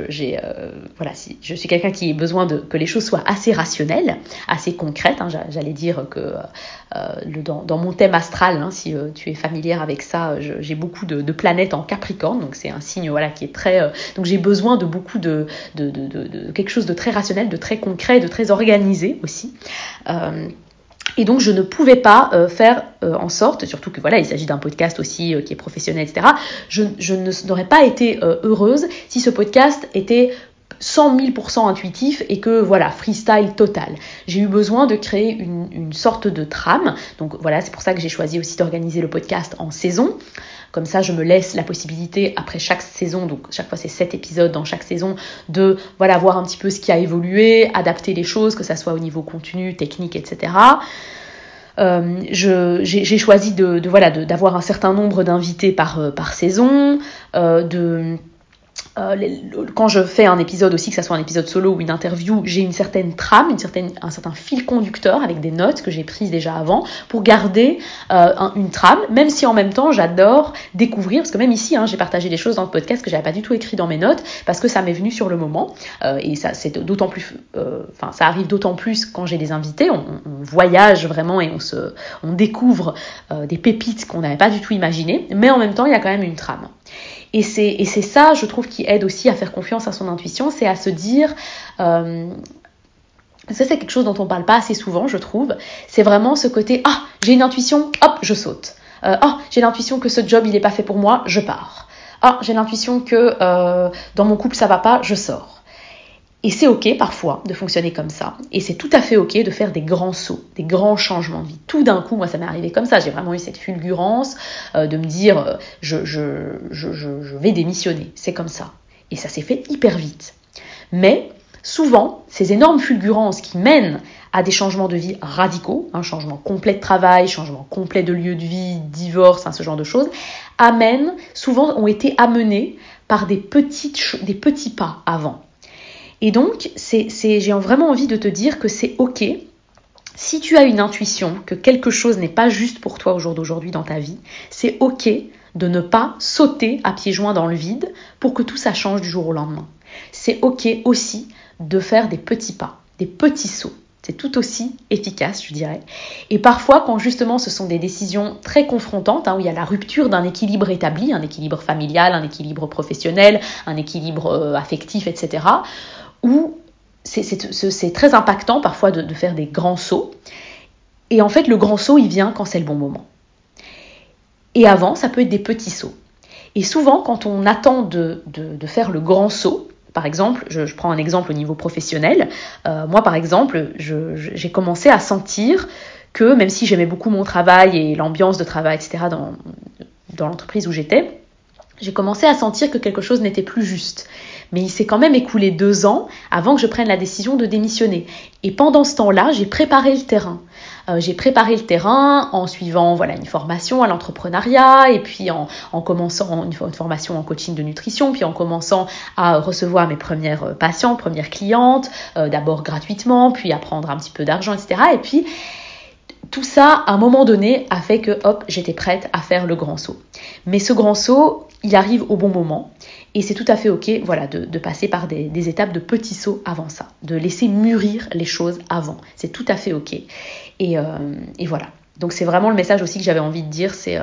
je suis quelqu'un qui a besoin que les choses soient assez rationnelles, assez concrètes. J'allais dire que dans mon thème astral, si tu es familière avec ça, j'ai beaucoup de planètes en Capricorne, donc c'est un signe qui est très. Donc j'ai besoin de beaucoup de quelque chose de très rationnel, de très concret, de très organisé aussi. Et donc je ne pouvais pas faire en sorte, surtout que il s'agit d'un podcast aussi qui est professionnel, etc. Je n'aurais pas été heureuse si ce podcast était 100 000% intuitif et que freestyle total. J'ai eu besoin de créer une sorte de trame. Donc c'est pour ça que j'ai choisi aussi d'organiser le podcast en saison. Comme ça, je me laisse la possibilité, après chaque saison, donc chaque fois c'est 7 épisodes dans chaque saison, de voir un petit peu ce qui a évolué, adapter les choses, que ça soit au niveau contenu, technique, etc. J'ai choisi d'avoir un certain nombre d'invités par saison, quand je fais un épisode aussi, que ça soit un épisode solo ou une interview, j'ai une certaine trame, un certain fil conducteur avec des notes que j'ai prises déjà avant pour garder une trame, même si en même temps j'adore découvrir, parce que même ici j'ai partagé des choses dans le podcast que j'avais pas du tout écrit dans mes notes parce que ça m'est venu sur le moment et ça c'est d'autant plus, ça arrive d'autant plus quand j'ai des invités, on voyage vraiment et on découvre des pépites qu'on n'avait pas du tout imaginées, mais en même temps il y a quand même une trame. Et c'est ça, je trouve, qui aide aussi à faire confiance à son intuition, c'est à se dire, ça c'est quelque chose dont on parle pas assez souvent, je trouve, c'est vraiment ce côté, j'ai une intuition, hop, je saute. J'ai l'intuition que ce job, il est pas fait pour moi, je pars. J'ai l'intuition que dans mon couple, ça va pas, je sors. Et c'est ok parfois de fonctionner comme ça. Et c'est tout à fait ok de faire des grands sauts, des grands changements de vie. Tout d'un coup, moi ça m'est arrivé comme ça. J'ai vraiment eu cette fulgurance de me dire je vais démissionner. C'est comme ça. Et ça s'est fait hyper vite. Mais souvent, ces énormes fulgurances qui mènent à des changements de vie radicaux, un changement complet de travail, changement complet de lieu de vie, divorce, ce genre de choses, ont été amenés par des petits pas avant. Et donc, j'ai vraiment envie de te dire que c'est ok, si tu as une intuition que quelque chose n'est pas juste pour toi au jour d'aujourd'hui dans ta vie, c'est ok de ne pas sauter à pieds joints dans le vide pour que tout ça change du jour au lendemain. C'est ok aussi de faire des petits pas, des petits sauts. C'est tout aussi efficace, je dirais. Et parfois, quand justement ce sont des décisions très confrontantes, où il y a la rupture d'un équilibre établi, un équilibre familial, un équilibre professionnel, un équilibre affectif, etc., où c'est très impactant parfois de faire des grands sauts. Et en fait, le grand saut, il vient quand c'est le bon moment. Et avant, ça peut être des petits sauts. Et souvent, quand on attend de faire le grand saut, par exemple, je prends un exemple au niveau professionnel, moi par exemple, j'ai commencé à sentir que même si j'aimais beaucoup mon travail et l'ambiance de travail, etc., dans l'entreprise où j'étais, j'ai commencé à sentir que quelque chose n'était plus juste. Mais il s'est quand même écoulé 2 ans avant que je prenne la décision de démissionner. Et pendant ce temps-là, j'ai préparé le terrain. J'ai préparé le terrain en suivant une formation à l'entrepreneuriat et puis en commençant une formation en coaching de nutrition, puis en commençant à recevoir mes premières patientes, premières clientes, d'abord gratuitement, puis à prendre un petit peu d'argent, etc. Et puis tout ça, à un moment donné, a fait que j'étais prête à faire le grand saut. Mais ce grand saut, il arrive au bon moment. Et c'est tout à fait ok de passer par des étapes de petits sauts avant ça, de laisser mûrir les choses avant. C'est tout à fait ok. Et voilà. Donc c'est vraiment le message aussi que j'avais envie de dire, c'est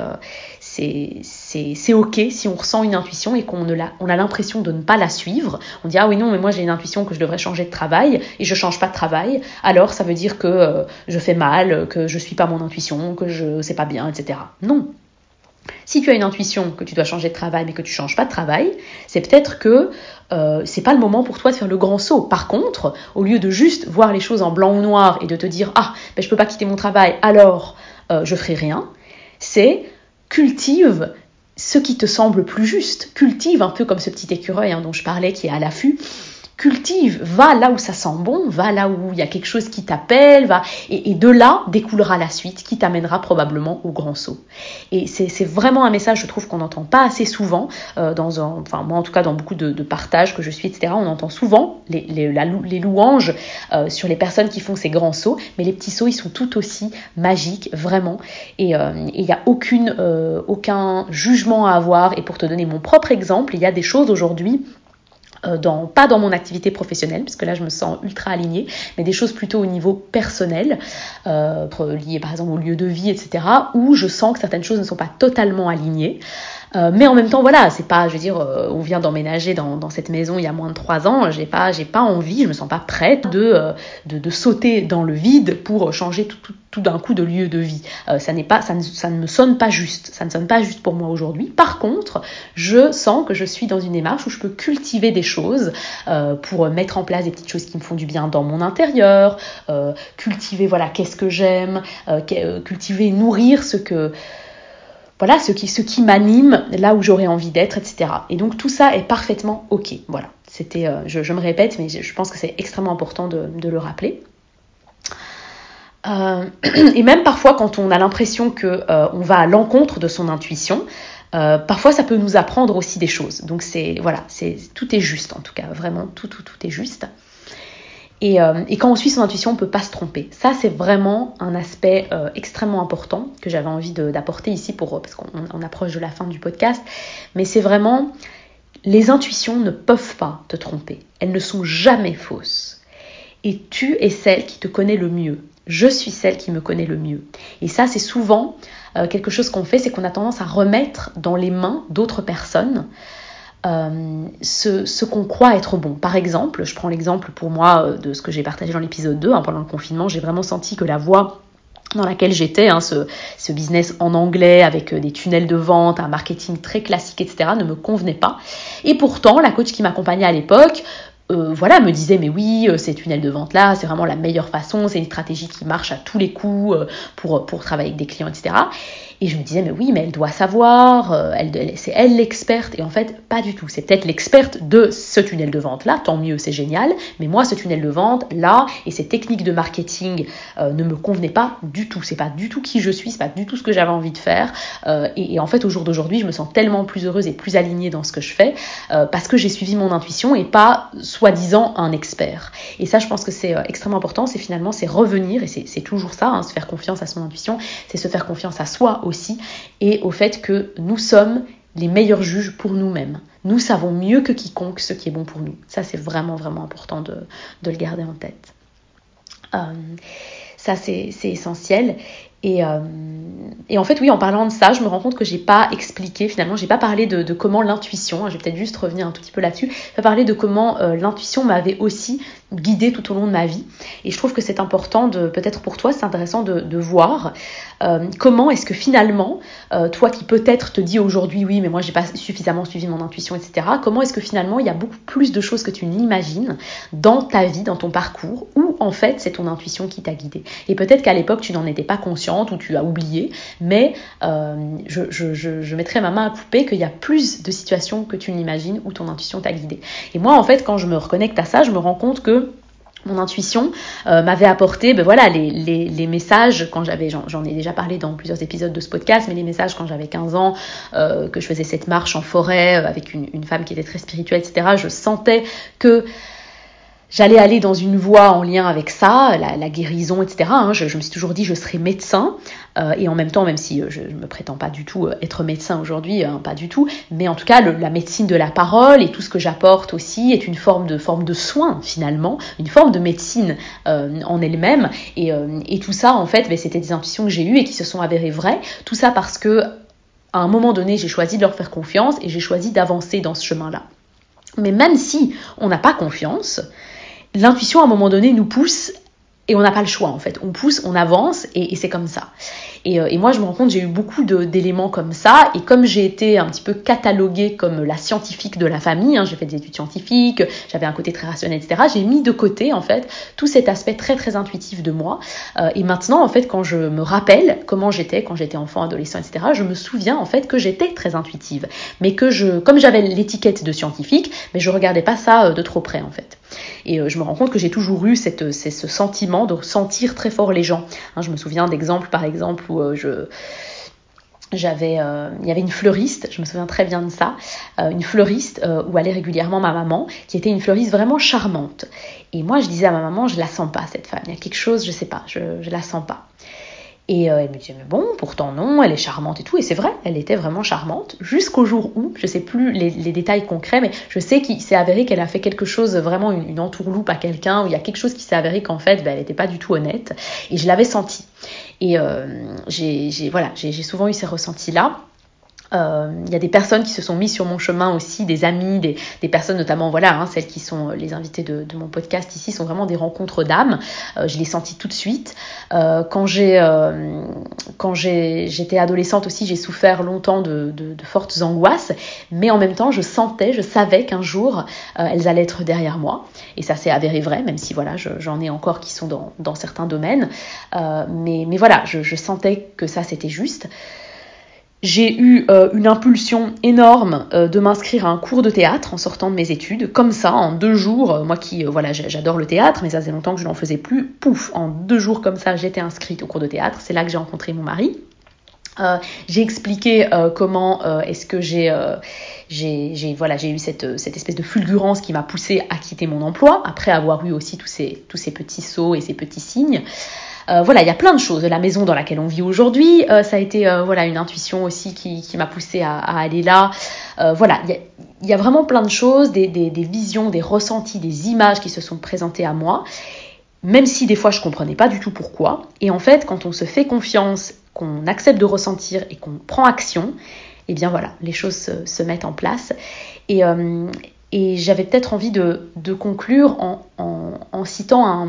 ok si on ressent une intuition et qu'on a l'impression de ne pas la suivre. On dit oui non mais moi j'ai une intuition que je devrais changer de travail et je change pas de travail. Alors ça veut dire que je fais mal, que je suis pas mon intuition, que je sais pas bien, etc. Non. Si tu as une intuition que tu dois changer de travail mais que tu changes pas de travail, c'est peut-être que c'est pas le moment pour toi de faire le grand saut. Par contre, au lieu de juste voir les choses en blanc ou noir et de te dire je peux pas quitter mon travail, alors je ferai rien, c'est cultive ce qui te semble plus juste. Cultive un peu comme ce petit écureuil dont je parlais qui est à l'affût. Cultive, va là où ça sent bon, va là où il y a quelque chose qui t'appelle, et de là découlera la suite qui t'amènera probablement au grand saut. Et c'est vraiment un message, je trouve, qu'on n'entend pas assez souvent, moi en tout cas dans beaucoup de partages que je suis, etc., on entend souvent les louanges sur les personnes qui font ces grands sauts, mais les petits sauts, ils sont tout aussi magiques, vraiment, et il n'y a aucun jugement à avoir, et pour te donner mon propre exemple, il y a des choses aujourd'hui, pas dans mon activité professionnelle, parce que là je me sens ultra alignée, mais des choses plutôt au niveau personnel, liées par exemple au lieu de vie, etc., où je sens que certaines choses ne sont pas totalement alignées. Mais en même temps, c'est pas, je veux dire, on vient d'emménager dans cette maison il y a moins de 3 ans, j'ai pas envie, je me sens pas prête de sauter dans le vide pour changer tout d'un coup de lieu de vie. Ça ne me sonne pas juste, ça ne sonne pas juste pour moi aujourd'hui. Par contre, je sens que je suis dans une démarche où je peux cultiver des choses pour mettre en place des petites choses qui me font du bien dans mon intérieur, cultiver, qu'est-ce que j'aime, cultiver, nourrir ce qui m'anime, là où j'aurais envie d'être, etc. Et donc tout ça est parfaitement ok. Voilà, c'était, je me répète, mais je pense que c'est extrêmement important de le rappeler. Et même parfois quand on a l'impression que on va à l'encontre de son intuition, Parfois, ça peut nous apprendre aussi des choses. Donc, tout est juste en tout cas. Vraiment, tout est juste. Et quand on suit son intuition, on ne peut pas se tromper. Ça, c'est vraiment un aspect extrêmement important que j'avais envie d'apporter ici parce qu'on approche de la fin du podcast. Mais c'est vraiment, les intuitions ne peuvent pas te tromper. Elles ne sont jamais fausses. Et tu es celle qui te connaît le mieux. Je suis celle qui me connaît le mieux. Et ça, c'est souvent quelque chose qu'on fait, c'est qu'on a tendance à remettre dans les mains d'autres personnes ce qu'on croit être bon. Par exemple, je prends l'exemple pour moi de ce que j'ai partagé dans l'épisode 2, pendant le confinement, j'ai vraiment senti que la voie dans laquelle j'étais, ce business en anglais avec des tunnels de vente, un marketing très classique, etc., ne me convenait pas. Et pourtant, la coach qui m'accompagnait à l'époque, me disait mais oui, ces tunnels de vente là, c'est vraiment la meilleure façon, c'est une stratégie qui marche à tous les coups pour travailler avec des clients, etc. Et je me disais mais oui, mais elle doit savoir, c'est elle l'experte. Et en fait, pas du tout. C'est peut-être l'experte de ce tunnel de vente là, tant mieux, c'est génial. Mais moi, ce tunnel de vente là et ces techniques de marketing ne me convenaient pas du tout. C'est pas du tout qui je suis, c'est pas du tout ce que j'avais envie de faire. Et en fait, au jour d'aujourd'hui, je me sens tellement plus heureuse et plus alignée dans ce que je fais parce que j'ai suivi mon intuition et pas soi-disant un expert. Et ça, je pense que c'est extrêmement important. C'est revenir, et c'est toujours ça, se faire confiance à son intuition, c'est se faire confiance à soi aussi, et au fait que nous sommes les meilleurs juges pour nous-mêmes. Nous savons mieux que quiconque ce qui est bon pour nous. Ça, c'est vraiment, vraiment important de le garder en tête. Ça, c'est essentiel. Et en fait, oui, en parlant de ça, je me rends compte que j'ai pas expliqué, finalement, j'ai pas parlé de comment l'intuition, je vais peut-être juste revenir un tout petit peu là-dessus, je vais parler de comment l'intuition m'avait aussi guidée tout au long de ma vie. Et je trouve que c'est important, peut-être pour toi, c'est intéressant de voir comment est-ce que finalement, toi qui peut-être te dis aujourd'hui, oui, mais moi j'ai pas suffisamment suivi mon intuition, etc., comment est-ce que finalement il y a beaucoup plus de choses que tu n'imagines dans ta vie, dans ton parcours, où en fait c'est ton intuition qui t'a guidée. Et peut-être qu'à l'époque tu n'en étais pas consciente ou tu as oublié, mais je mettrais ma main à couper qu'il y a plus de situations que tu n'imagines où ton intuition t'a guidée. Et moi en fait quand je me reconnecte à ça, je me rends compte que mon intuition m'avait apporté les messages quand j'en ai déjà parlé dans plusieurs épisodes de ce podcast, mais les messages quand j'avais 15 ans, que je faisais cette marche en forêt avec une femme qui était très spirituelle, etc. Je sentais que j'allais aller dans une voie en lien avec ça, la guérison, etc. Je me suis toujours dit je serai médecin, et en même temps, même si je ne me prétends pas du tout être médecin aujourd'hui, pas du tout, mais en tout cas la médecine de la parole et tout ce que j'apporte aussi est une forme de soin finalement, une forme de médecine en elle-même, et tout ça en fait, c'était des intuitions que j'ai eues et qui se sont avérées vraies, tout ça parce que à un moment donné j'ai choisi de leur faire confiance et j'ai choisi d'avancer dans ce chemin-là. Mais même si on n'a pas confiance, l'intuition à un moment donné nous pousse et on n'a pas le choix en fait. On pousse, on avance et c'est comme ça. Et moi je me rends compte, j'ai eu beaucoup d'éléments comme ça, et comme j'ai été un petit peu cataloguée comme la scientifique de la famille, j'ai fait des études scientifiques, j'avais un côté très rationnel, etc. J'ai mis de côté en fait tout cet aspect très très intuitif de moi. Et maintenant en fait quand je me rappelle comment j'étais quand j'étais enfant, adolescent, etc., je me souviens en fait que j'étais très intuitive, mais que comme j'avais l'étiquette de scientifique, mais je regardais pas ça de trop près en fait. Et je me rends compte que j'ai toujours eu ce sentiment de sentir très fort les gens. Je me souviens d'exemples, par exemple, où il y avait une fleuriste, je me souviens très bien de ça, une fleuriste où allait régulièrement ma maman, qui était une fleuriste vraiment charmante. Et moi, je disais à ma maman, je la sens pas cette femme, il y a quelque chose, je sais pas, je la sens pas. Et elle me disait, mais bon, pourtant non, elle est charmante et tout. Et c'est vrai, elle était vraiment charmante, jusqu'au jour où, je sais plus les détails concrets, mais je sais qu'il s'est avéré qu'elle a fait quelque chose, vraiment une entourloupe à quelqu'un, où il y a quelque chose qui s'est avéré qu'en fait, elle n'était pas du tout honnête. Et je l'avais senti. Et j'ai souvent eu ces ressentis-là. Il y a des personnes qui se sont mises sur mon chemin aussi, des amis, des personnes notamment, celles qui sont les invitées de mon podcast ici, sont vraiment des rencontres d'âme. Je l'ai senti tout de suite. Quand j'étais adolescente aussi, j'ai souffert longtemps de fortes angoisses, mais en même temps, je savais qu'un jour, elles allaient être derrière moi. Et ça s'est avéré vrai, même si j'en ai encore qui sont dans certains domaines. Mais voilà, je sentais que ça, c'était juste. J'ai eu une impulsion énorme de m'inscrire à un cours de théâtre en sortant de mes études, comme ça, en 2 jours, moi qui, j'adore le théâtre, mais ça faisait longtemps que je n'en faisais plus, pouf, en 2 jours comme ça, j'étais inscrite au cours de théâtre, c'est là que j'ai rencontré mon mari. J'ai expliqué comment est-ce que j'ai eu cette espèce de fulgurance qui m'a poussée à quitter mon emploi, après avoir eu aussi tous ces petits sauts et ces petits signes. Il y a plein de choses. La maison dans laquelle on vit aujourd'hui, ça a été une intuition aussi qui m'a poussée à aller là. Il y a vraiment plein de choses, des visions, des ressentis, des images qui se sont présentées à moi, même si des fois je comprenais pas du tout pourquoi. Et en fait, quand on se fait confiance, qu'on accepte de ressentir et qu'on prend action, eh bien voilà, les choses se mettent en place. Et j'avais peut-être envie de conclure en citant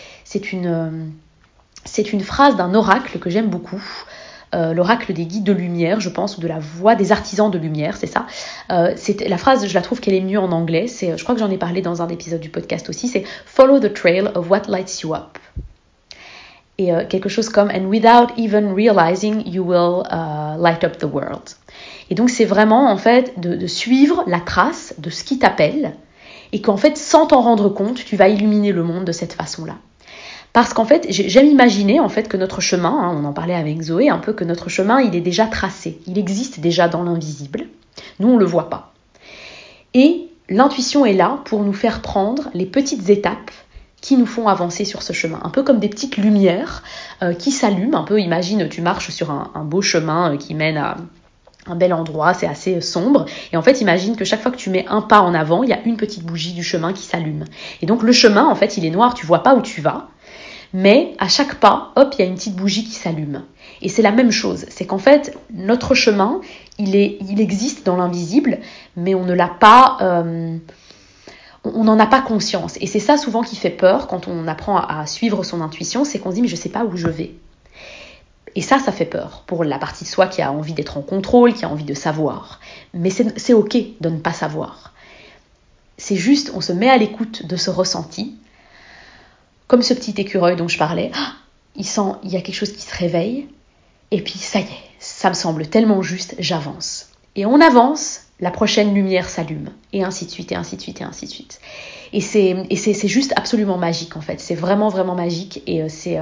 c'est une phrase d'un oracle que j'aime beaucoup, l'oracle des guides de lumière, je pense, ou de la voix des artisans de lumière, c'est ça. La phrase, je la trouve qu'elle est mieux en anglais, je crois que j'en ai parlé dans un épisode du podcast aussi, c'est « Follow the trail of what lights you up ». Et quelque chose comme « And without even realizing, you will light up the world ». Et donc c'est vraiment en fait de suivre la trace de ce qui t'appelle, et qu'en fait, sans t'en rendre compte, tu vas illuminer le monde de cette façon-là. Parce qu'en fait, j'aime imaginer en fait que notre chemin, on en parlait avec Zoé un peu, que notre chemin, il est déjà tracé, il existe déjà dans l'invisible. Nous, on ne le voit pas. Et l'intuition est là pour nous faire prendre les petites étapes qui nous font avancer sur ce chemin. Un peu comme des petites lumières qui s'allument. Un peu, imagine, tu marches sur un beau chemin qui mène à un bel endroit, c'est assez sombre. Et en fait, imagine que chaque fois que tu mets un pas en avant, il y a une petite bougie du chemin qui s'allume. Et donc, le chemin, en fait, il est noir, tu vois pas où tu vas. Mais à chaque pas, hop, il y a une petite bougie qui s'allume. Et c'est la même chose. C'est qu'en fait, notre chemin, il existe dans l'invisible, mais on ne l'a pas, on n'en a pas conscience. Et c'est ça souvent qui fait peur quand on apprend à suivre son intuition, c'est qu'on se dit mais je sais pas où je vais. Et ça fait peur pour la partie de soi qui a envie d'être en contrôle, qui a envie de savoir. Mais c'est ok de ne pas savoir. C'est juste, on se met à l'écoute de ce ressenti. Comme ce petit écureuil dont je parlais, il y a quelque chose qui se réveille, et puis ça y est, ça me semble tellement juste, j'avance. Et on avance, la prochaine lumière s'allume, et ainsi de suite, et ainsi de suite, et ainsi de suite. Et c'est juste absolument magique en fait, c'est vraiment vraiment magique, et c'est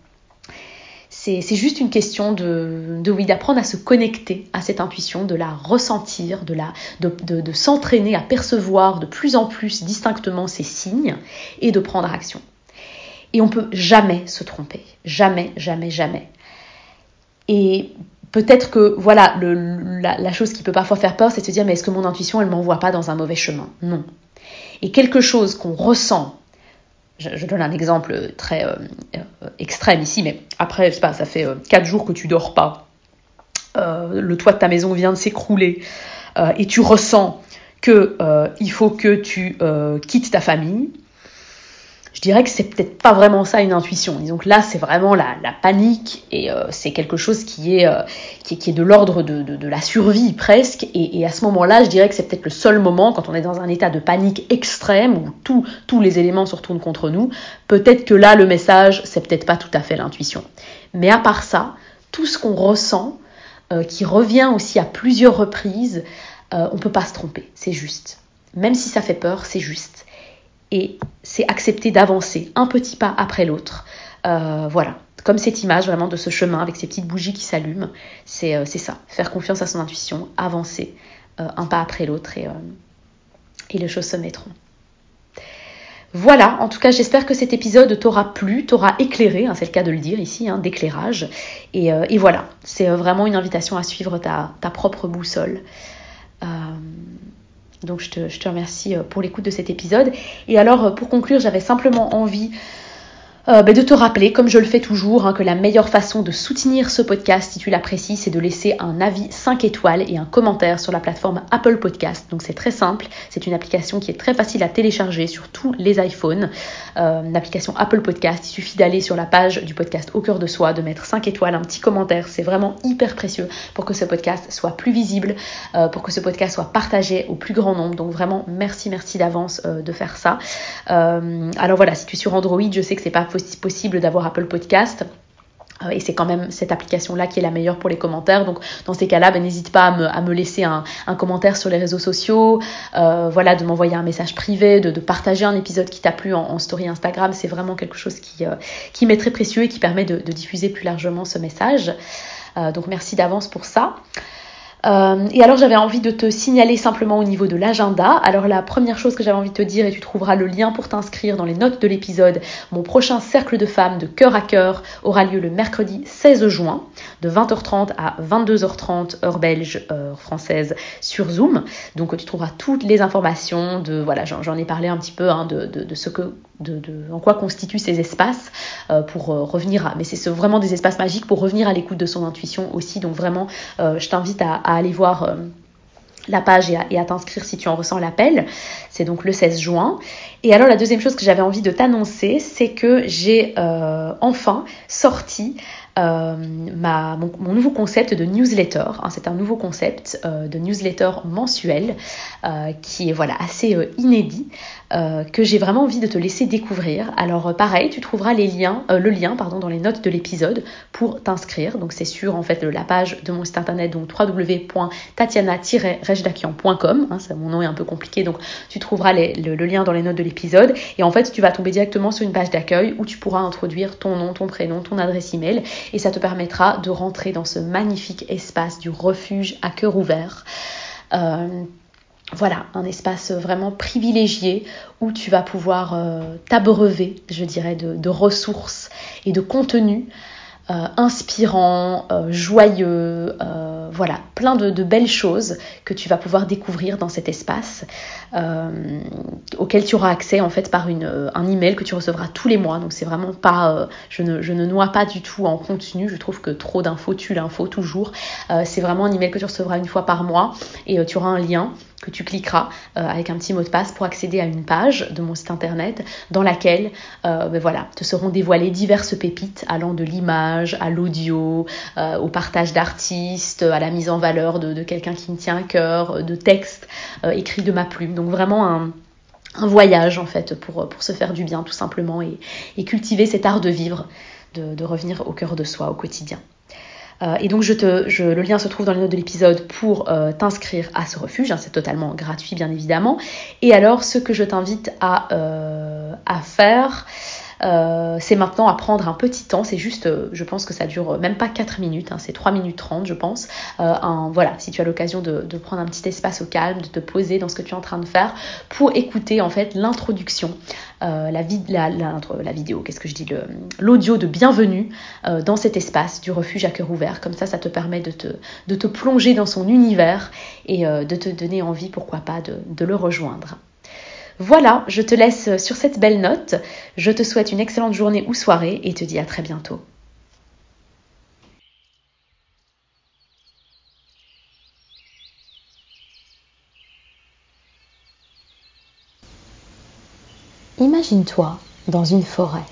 juste une question d'apprendre à se connecter à cette intuition, de la ressentir, de s'entraîner à percevoir de plus en plus distinctement ces signes, et de prendre action. Et on ne peut jamais se tromper. Jamais, jamais, jamais. Et peut-être que, la chose qui peut parfois faire peur, c'est de se dire, mais est-ce que mon intuition, elle ne m'envoie pas dans un mauvais chemin ? Non. Et quelque chose qu'on ressent, je donne un exemple très extrême ici, mais après, je sais pas, ça fait 4 jours que tu dors pas. Le toit de ta maison vient de s'écrouler. Et tu ressens qu'il faut que tu quittes ta famille. Je dirais que c'est peut-être pas vraiment ça une intuition. Disons que là, c'est vraiment la panique et c'est quelque chose qui est de l'ordre de la survie presque. Et à ce moment-là, je dirais que c'est peut-être le seul moment, quand on est dans un état de panique extrême où tous les éléments se retournent contre nous, peut-être que là, le message, c'est peut-être pas tout à fait l'intuition. Mais à part ça, tout ce qu'on ressent, qui revient aussi à plusieurs reprises, on peut pas se tromper, c'est juste. Même si ça fait peur, c'est juste. Et c'est accepter d'avancer un petit pas après l'autre. Comme cette image vraiment de ce chemin avec ces petites bougies qui s'allument. C'est ça, faire confiance à son intuition, avancer un pas après l'autre et les choses se mettront. Voilà, en tout cas, j'espère que cet épisode t'aura plu, t'aura éclairé, c'est le cas de le dire ici, d'éclairage. Et voilà, c'est vraiment une invitation à suivre ta propre boussole. Donc je te remercie pour l'écoute de cet épisode. Et alors pour conclure, j'avais simplement envie de te rappeler, comme je le fais toujours, que la meilleure façon de soutenir ce podcast, si tu l'apprécies, c'est de laisser un avis 5 étoiles et un commentaire sur la plateforme Apple Podcast. Donc c'est très simple, c'est une application qui est très facile à télécharger sur tous les iPhones. L'application Apple Podcast, il suffit d'aller sur la page du podcast Au cœur de soi, de mettre 5 étoiles, un petit commentaire, c'est vraiment hyper précieux pour que ce podcast soit plus visible, pour que ce podcast soit partagé au plus grand nombre. Donc vraiment, merci d'avance de faire ça. Alors voilà, si tu es sur Android, je sais que c'est pas possible d'avoir Apple Podcast. Et c'est quand même cette application-là qui est la meilleure pour les commentaires. Donc, dans ces cas-là, n'hésite pas à me laisser un commentaire sur les réseaux sociaux, de m'envoyer un message privé, de partager un épisode qui t'a plu en story Instagram. C'est vraiment quelque chose qui m'est très précieux et qui permet de diffuser plus largement ce message. Donc merci d'avance pour ça. Et alors j'avais envie de te signaler simplement au niveau de l'agenda. Alors la première chose que j'avais envie de te dire, et tu trouveras le lien pour t'inscrire dans les notes de l'épisode, mon prochain cercle de femmes de cœur à cœur aura lieu le mercredi 16 juin de 20h30 à 22h30 heure belge, heure française sur Zoom. Donc tu trouveras toutes les informations de, voilà, j'en ai parlé un petit peu de ce que en quoi constituent ces espaces pour revenir à, mais c'est vraiment des espaces magiques pour revenir à l'écoute de son intuition aussi. Donc vraiment je t'invite à aller voir la page et à t'inscrire si tu en ressens l'appel. C'est donc le 16 juin. Et alors la deuxième chose que j'avais envie de t'annoncer, c'est que j'ai enfin sorti mon nouveau concept de newsletter. C'est un nouveau concept de newsletter mensuel qui est assez inédit, que j'ai vraiment envie de te laisser découvrir. Alors pareil, tu trouveras le lien dans les notes de l'épisode pour t'inscrire. Donc c'est sur la page de mon site internet, donc www.tatiana-rejdakian.com. Mon nom est un peu compliqué, donc tu trouveras le lien dans les notes de l'épisode. Et en fait, tu vas tomber directement sur une page d'accueil où tu pourras introduire ton nom, ton prénom, ton adresse email. Et ça te permettra de rentrer dans ce magnifique espace du refuge à cœur ouvert. Voilà, un espace vraiment privilégié où tu vas pouvoir t'abreuver, je dirais, de ressources et de contenus inspirants, joyeux, plein de belles choses que tu vas pouvoir découvrir dans cet espace auquel tu auras accès par un email que tu recevras tous les mois. Donc c'est vraiment pas, je ne noie pas du tout en contenu. Je trouve que trop d'infos tue l'info toujours. C'est vraiment un email que tu recevras une fois par mois et tu auras un lien que tu cliqueras avec un petit mot de passe pour accéder à une page de mon site internet dans laquelle te seront dévoilées diverses pépites allant de l'image à l'audio, au partage d'artistes, à la mise en valeur de quelqu'un qui me tient à cœur, de textes écrits de ma plume. Donc vraiment un voyage pour se faire du bien tout simplement et cultiver cet art de vivre, de revenir au cœur de soi au quotidien. Et donc le lien se trouve dans les notes de l'épisode pour t'inscrire à ce refuge. C'est totalement gratuit bien évidemment. Et alors ce que je t'invite à faire, c'est maintenant à prendre un petit temps. C'est juste, je pense que ça dure même pas 4 minutes, c'est 3 minutes 30 je pense. Si tu as l'occasion de prendre un petit espace au calme, de te poser dans ce que tu es en train de faire pour écouter l'introduction, la vidéo, l'audio de bienvenue dans cet espace du refuge à cœur ouvert. Comme ça te permet de te plonger dans son univers et de te donner envie, pourquoi pas, de le rejoindre. Voilà, je te laisse sur cette belle note. Je te souhaite une excellente journée ou soirée et te dis à très bientôt. Imagine-toi dans une forêt.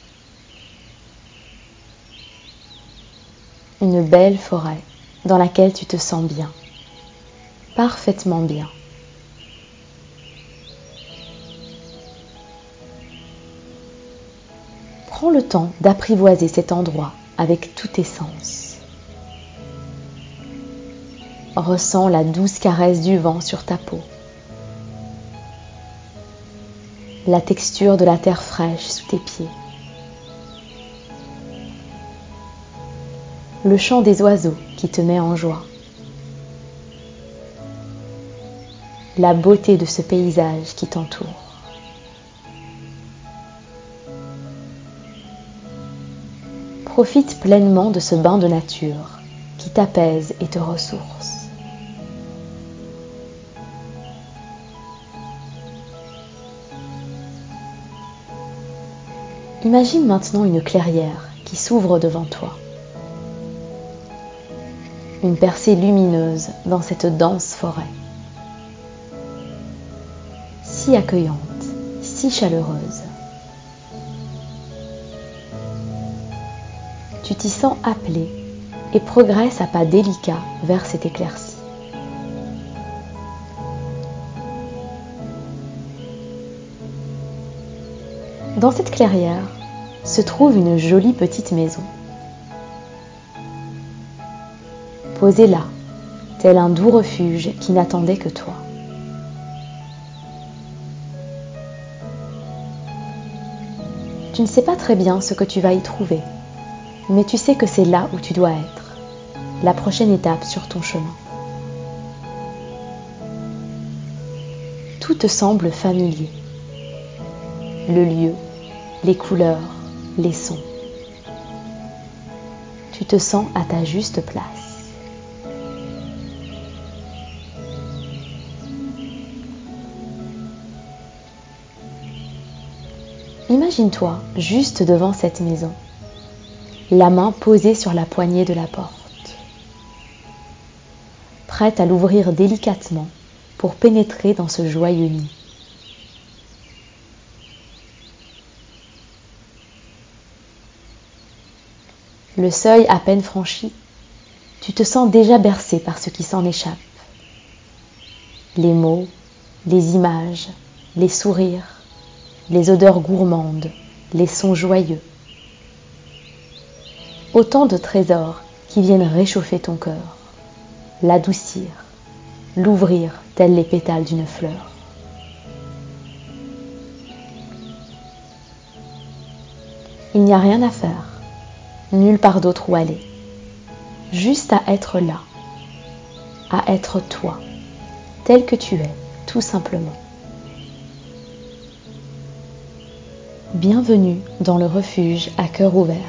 Une belle forêt dans laquelle tu te sens bien, parfaitement bien. Prends le temps d'apprivoiser cet endroit avec tous tes sens. Ressens la douce caresse du vent sur ta peau, la texture de la terre fraîche sous tes pieds, le chant des oiseaux qui te met en joie, la beauté de ce paysage qui t'entoure. Profite pleinement de ce bain de nature qui t'apaise et te ressource. Imagine maintenant une clairière qui s'ouvre devant toi. Une percée lumineuse dans cette dense forêt. Si accueillante, si chaleureuse. Tu t'y sens appelé et progresses à pas délicats vers cette éclaircie. Dans cette clairière se trouve une jolie petite maison. Posée là, tel un doux refuge qui n'attendait que toi. Tu ne sais pas très bien ce que tu vas y trouver, mais tu sais que c'est là où tu dois être. la prochaine étape sur ton chemin. Tout te semble familier. Le lieu, les couleurs, les sons. Tu te sens à ta juste place. Imagine-toi juste devant cette maison, la main posée sur la poignée de la porte, prête à l'ouvrir délicatement pour pénétrer dans ce joyeux nid. Le seuil à peine franchi, tu te sens déjà bercé par ce qui s'en échappe. Les mots, les images, les sourires, les odeurs gourmandes, les sons joyeux. Autant de trésors qui viennent réchauffer ton cœur, l'adoucir, l'ouvrir tels les pétales d'une fleur. Il n'y a rien à faire, nulle part d'autre où aller, juste à être là, à être toi, tel que tu es, tout simplement. Bienvenue dans le refuge à cœur ouvert.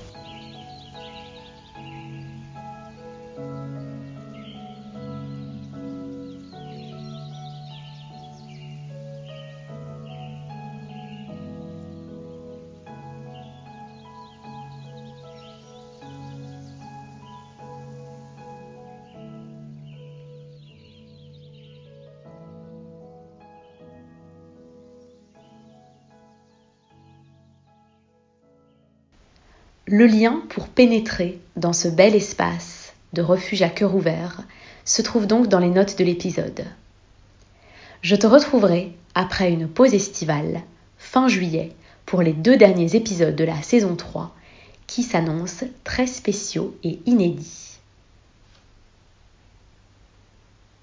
Le lien pour pénétrer dans ce bel espace de refuge à cœur ouvert se trouve donc dans les notes de l'épisode. Je te retrouverai après une pause estivale, fin juillet, pour les 2 derniers épisodes de la saison 3 qui s'annoncent très spéciaux et inédits.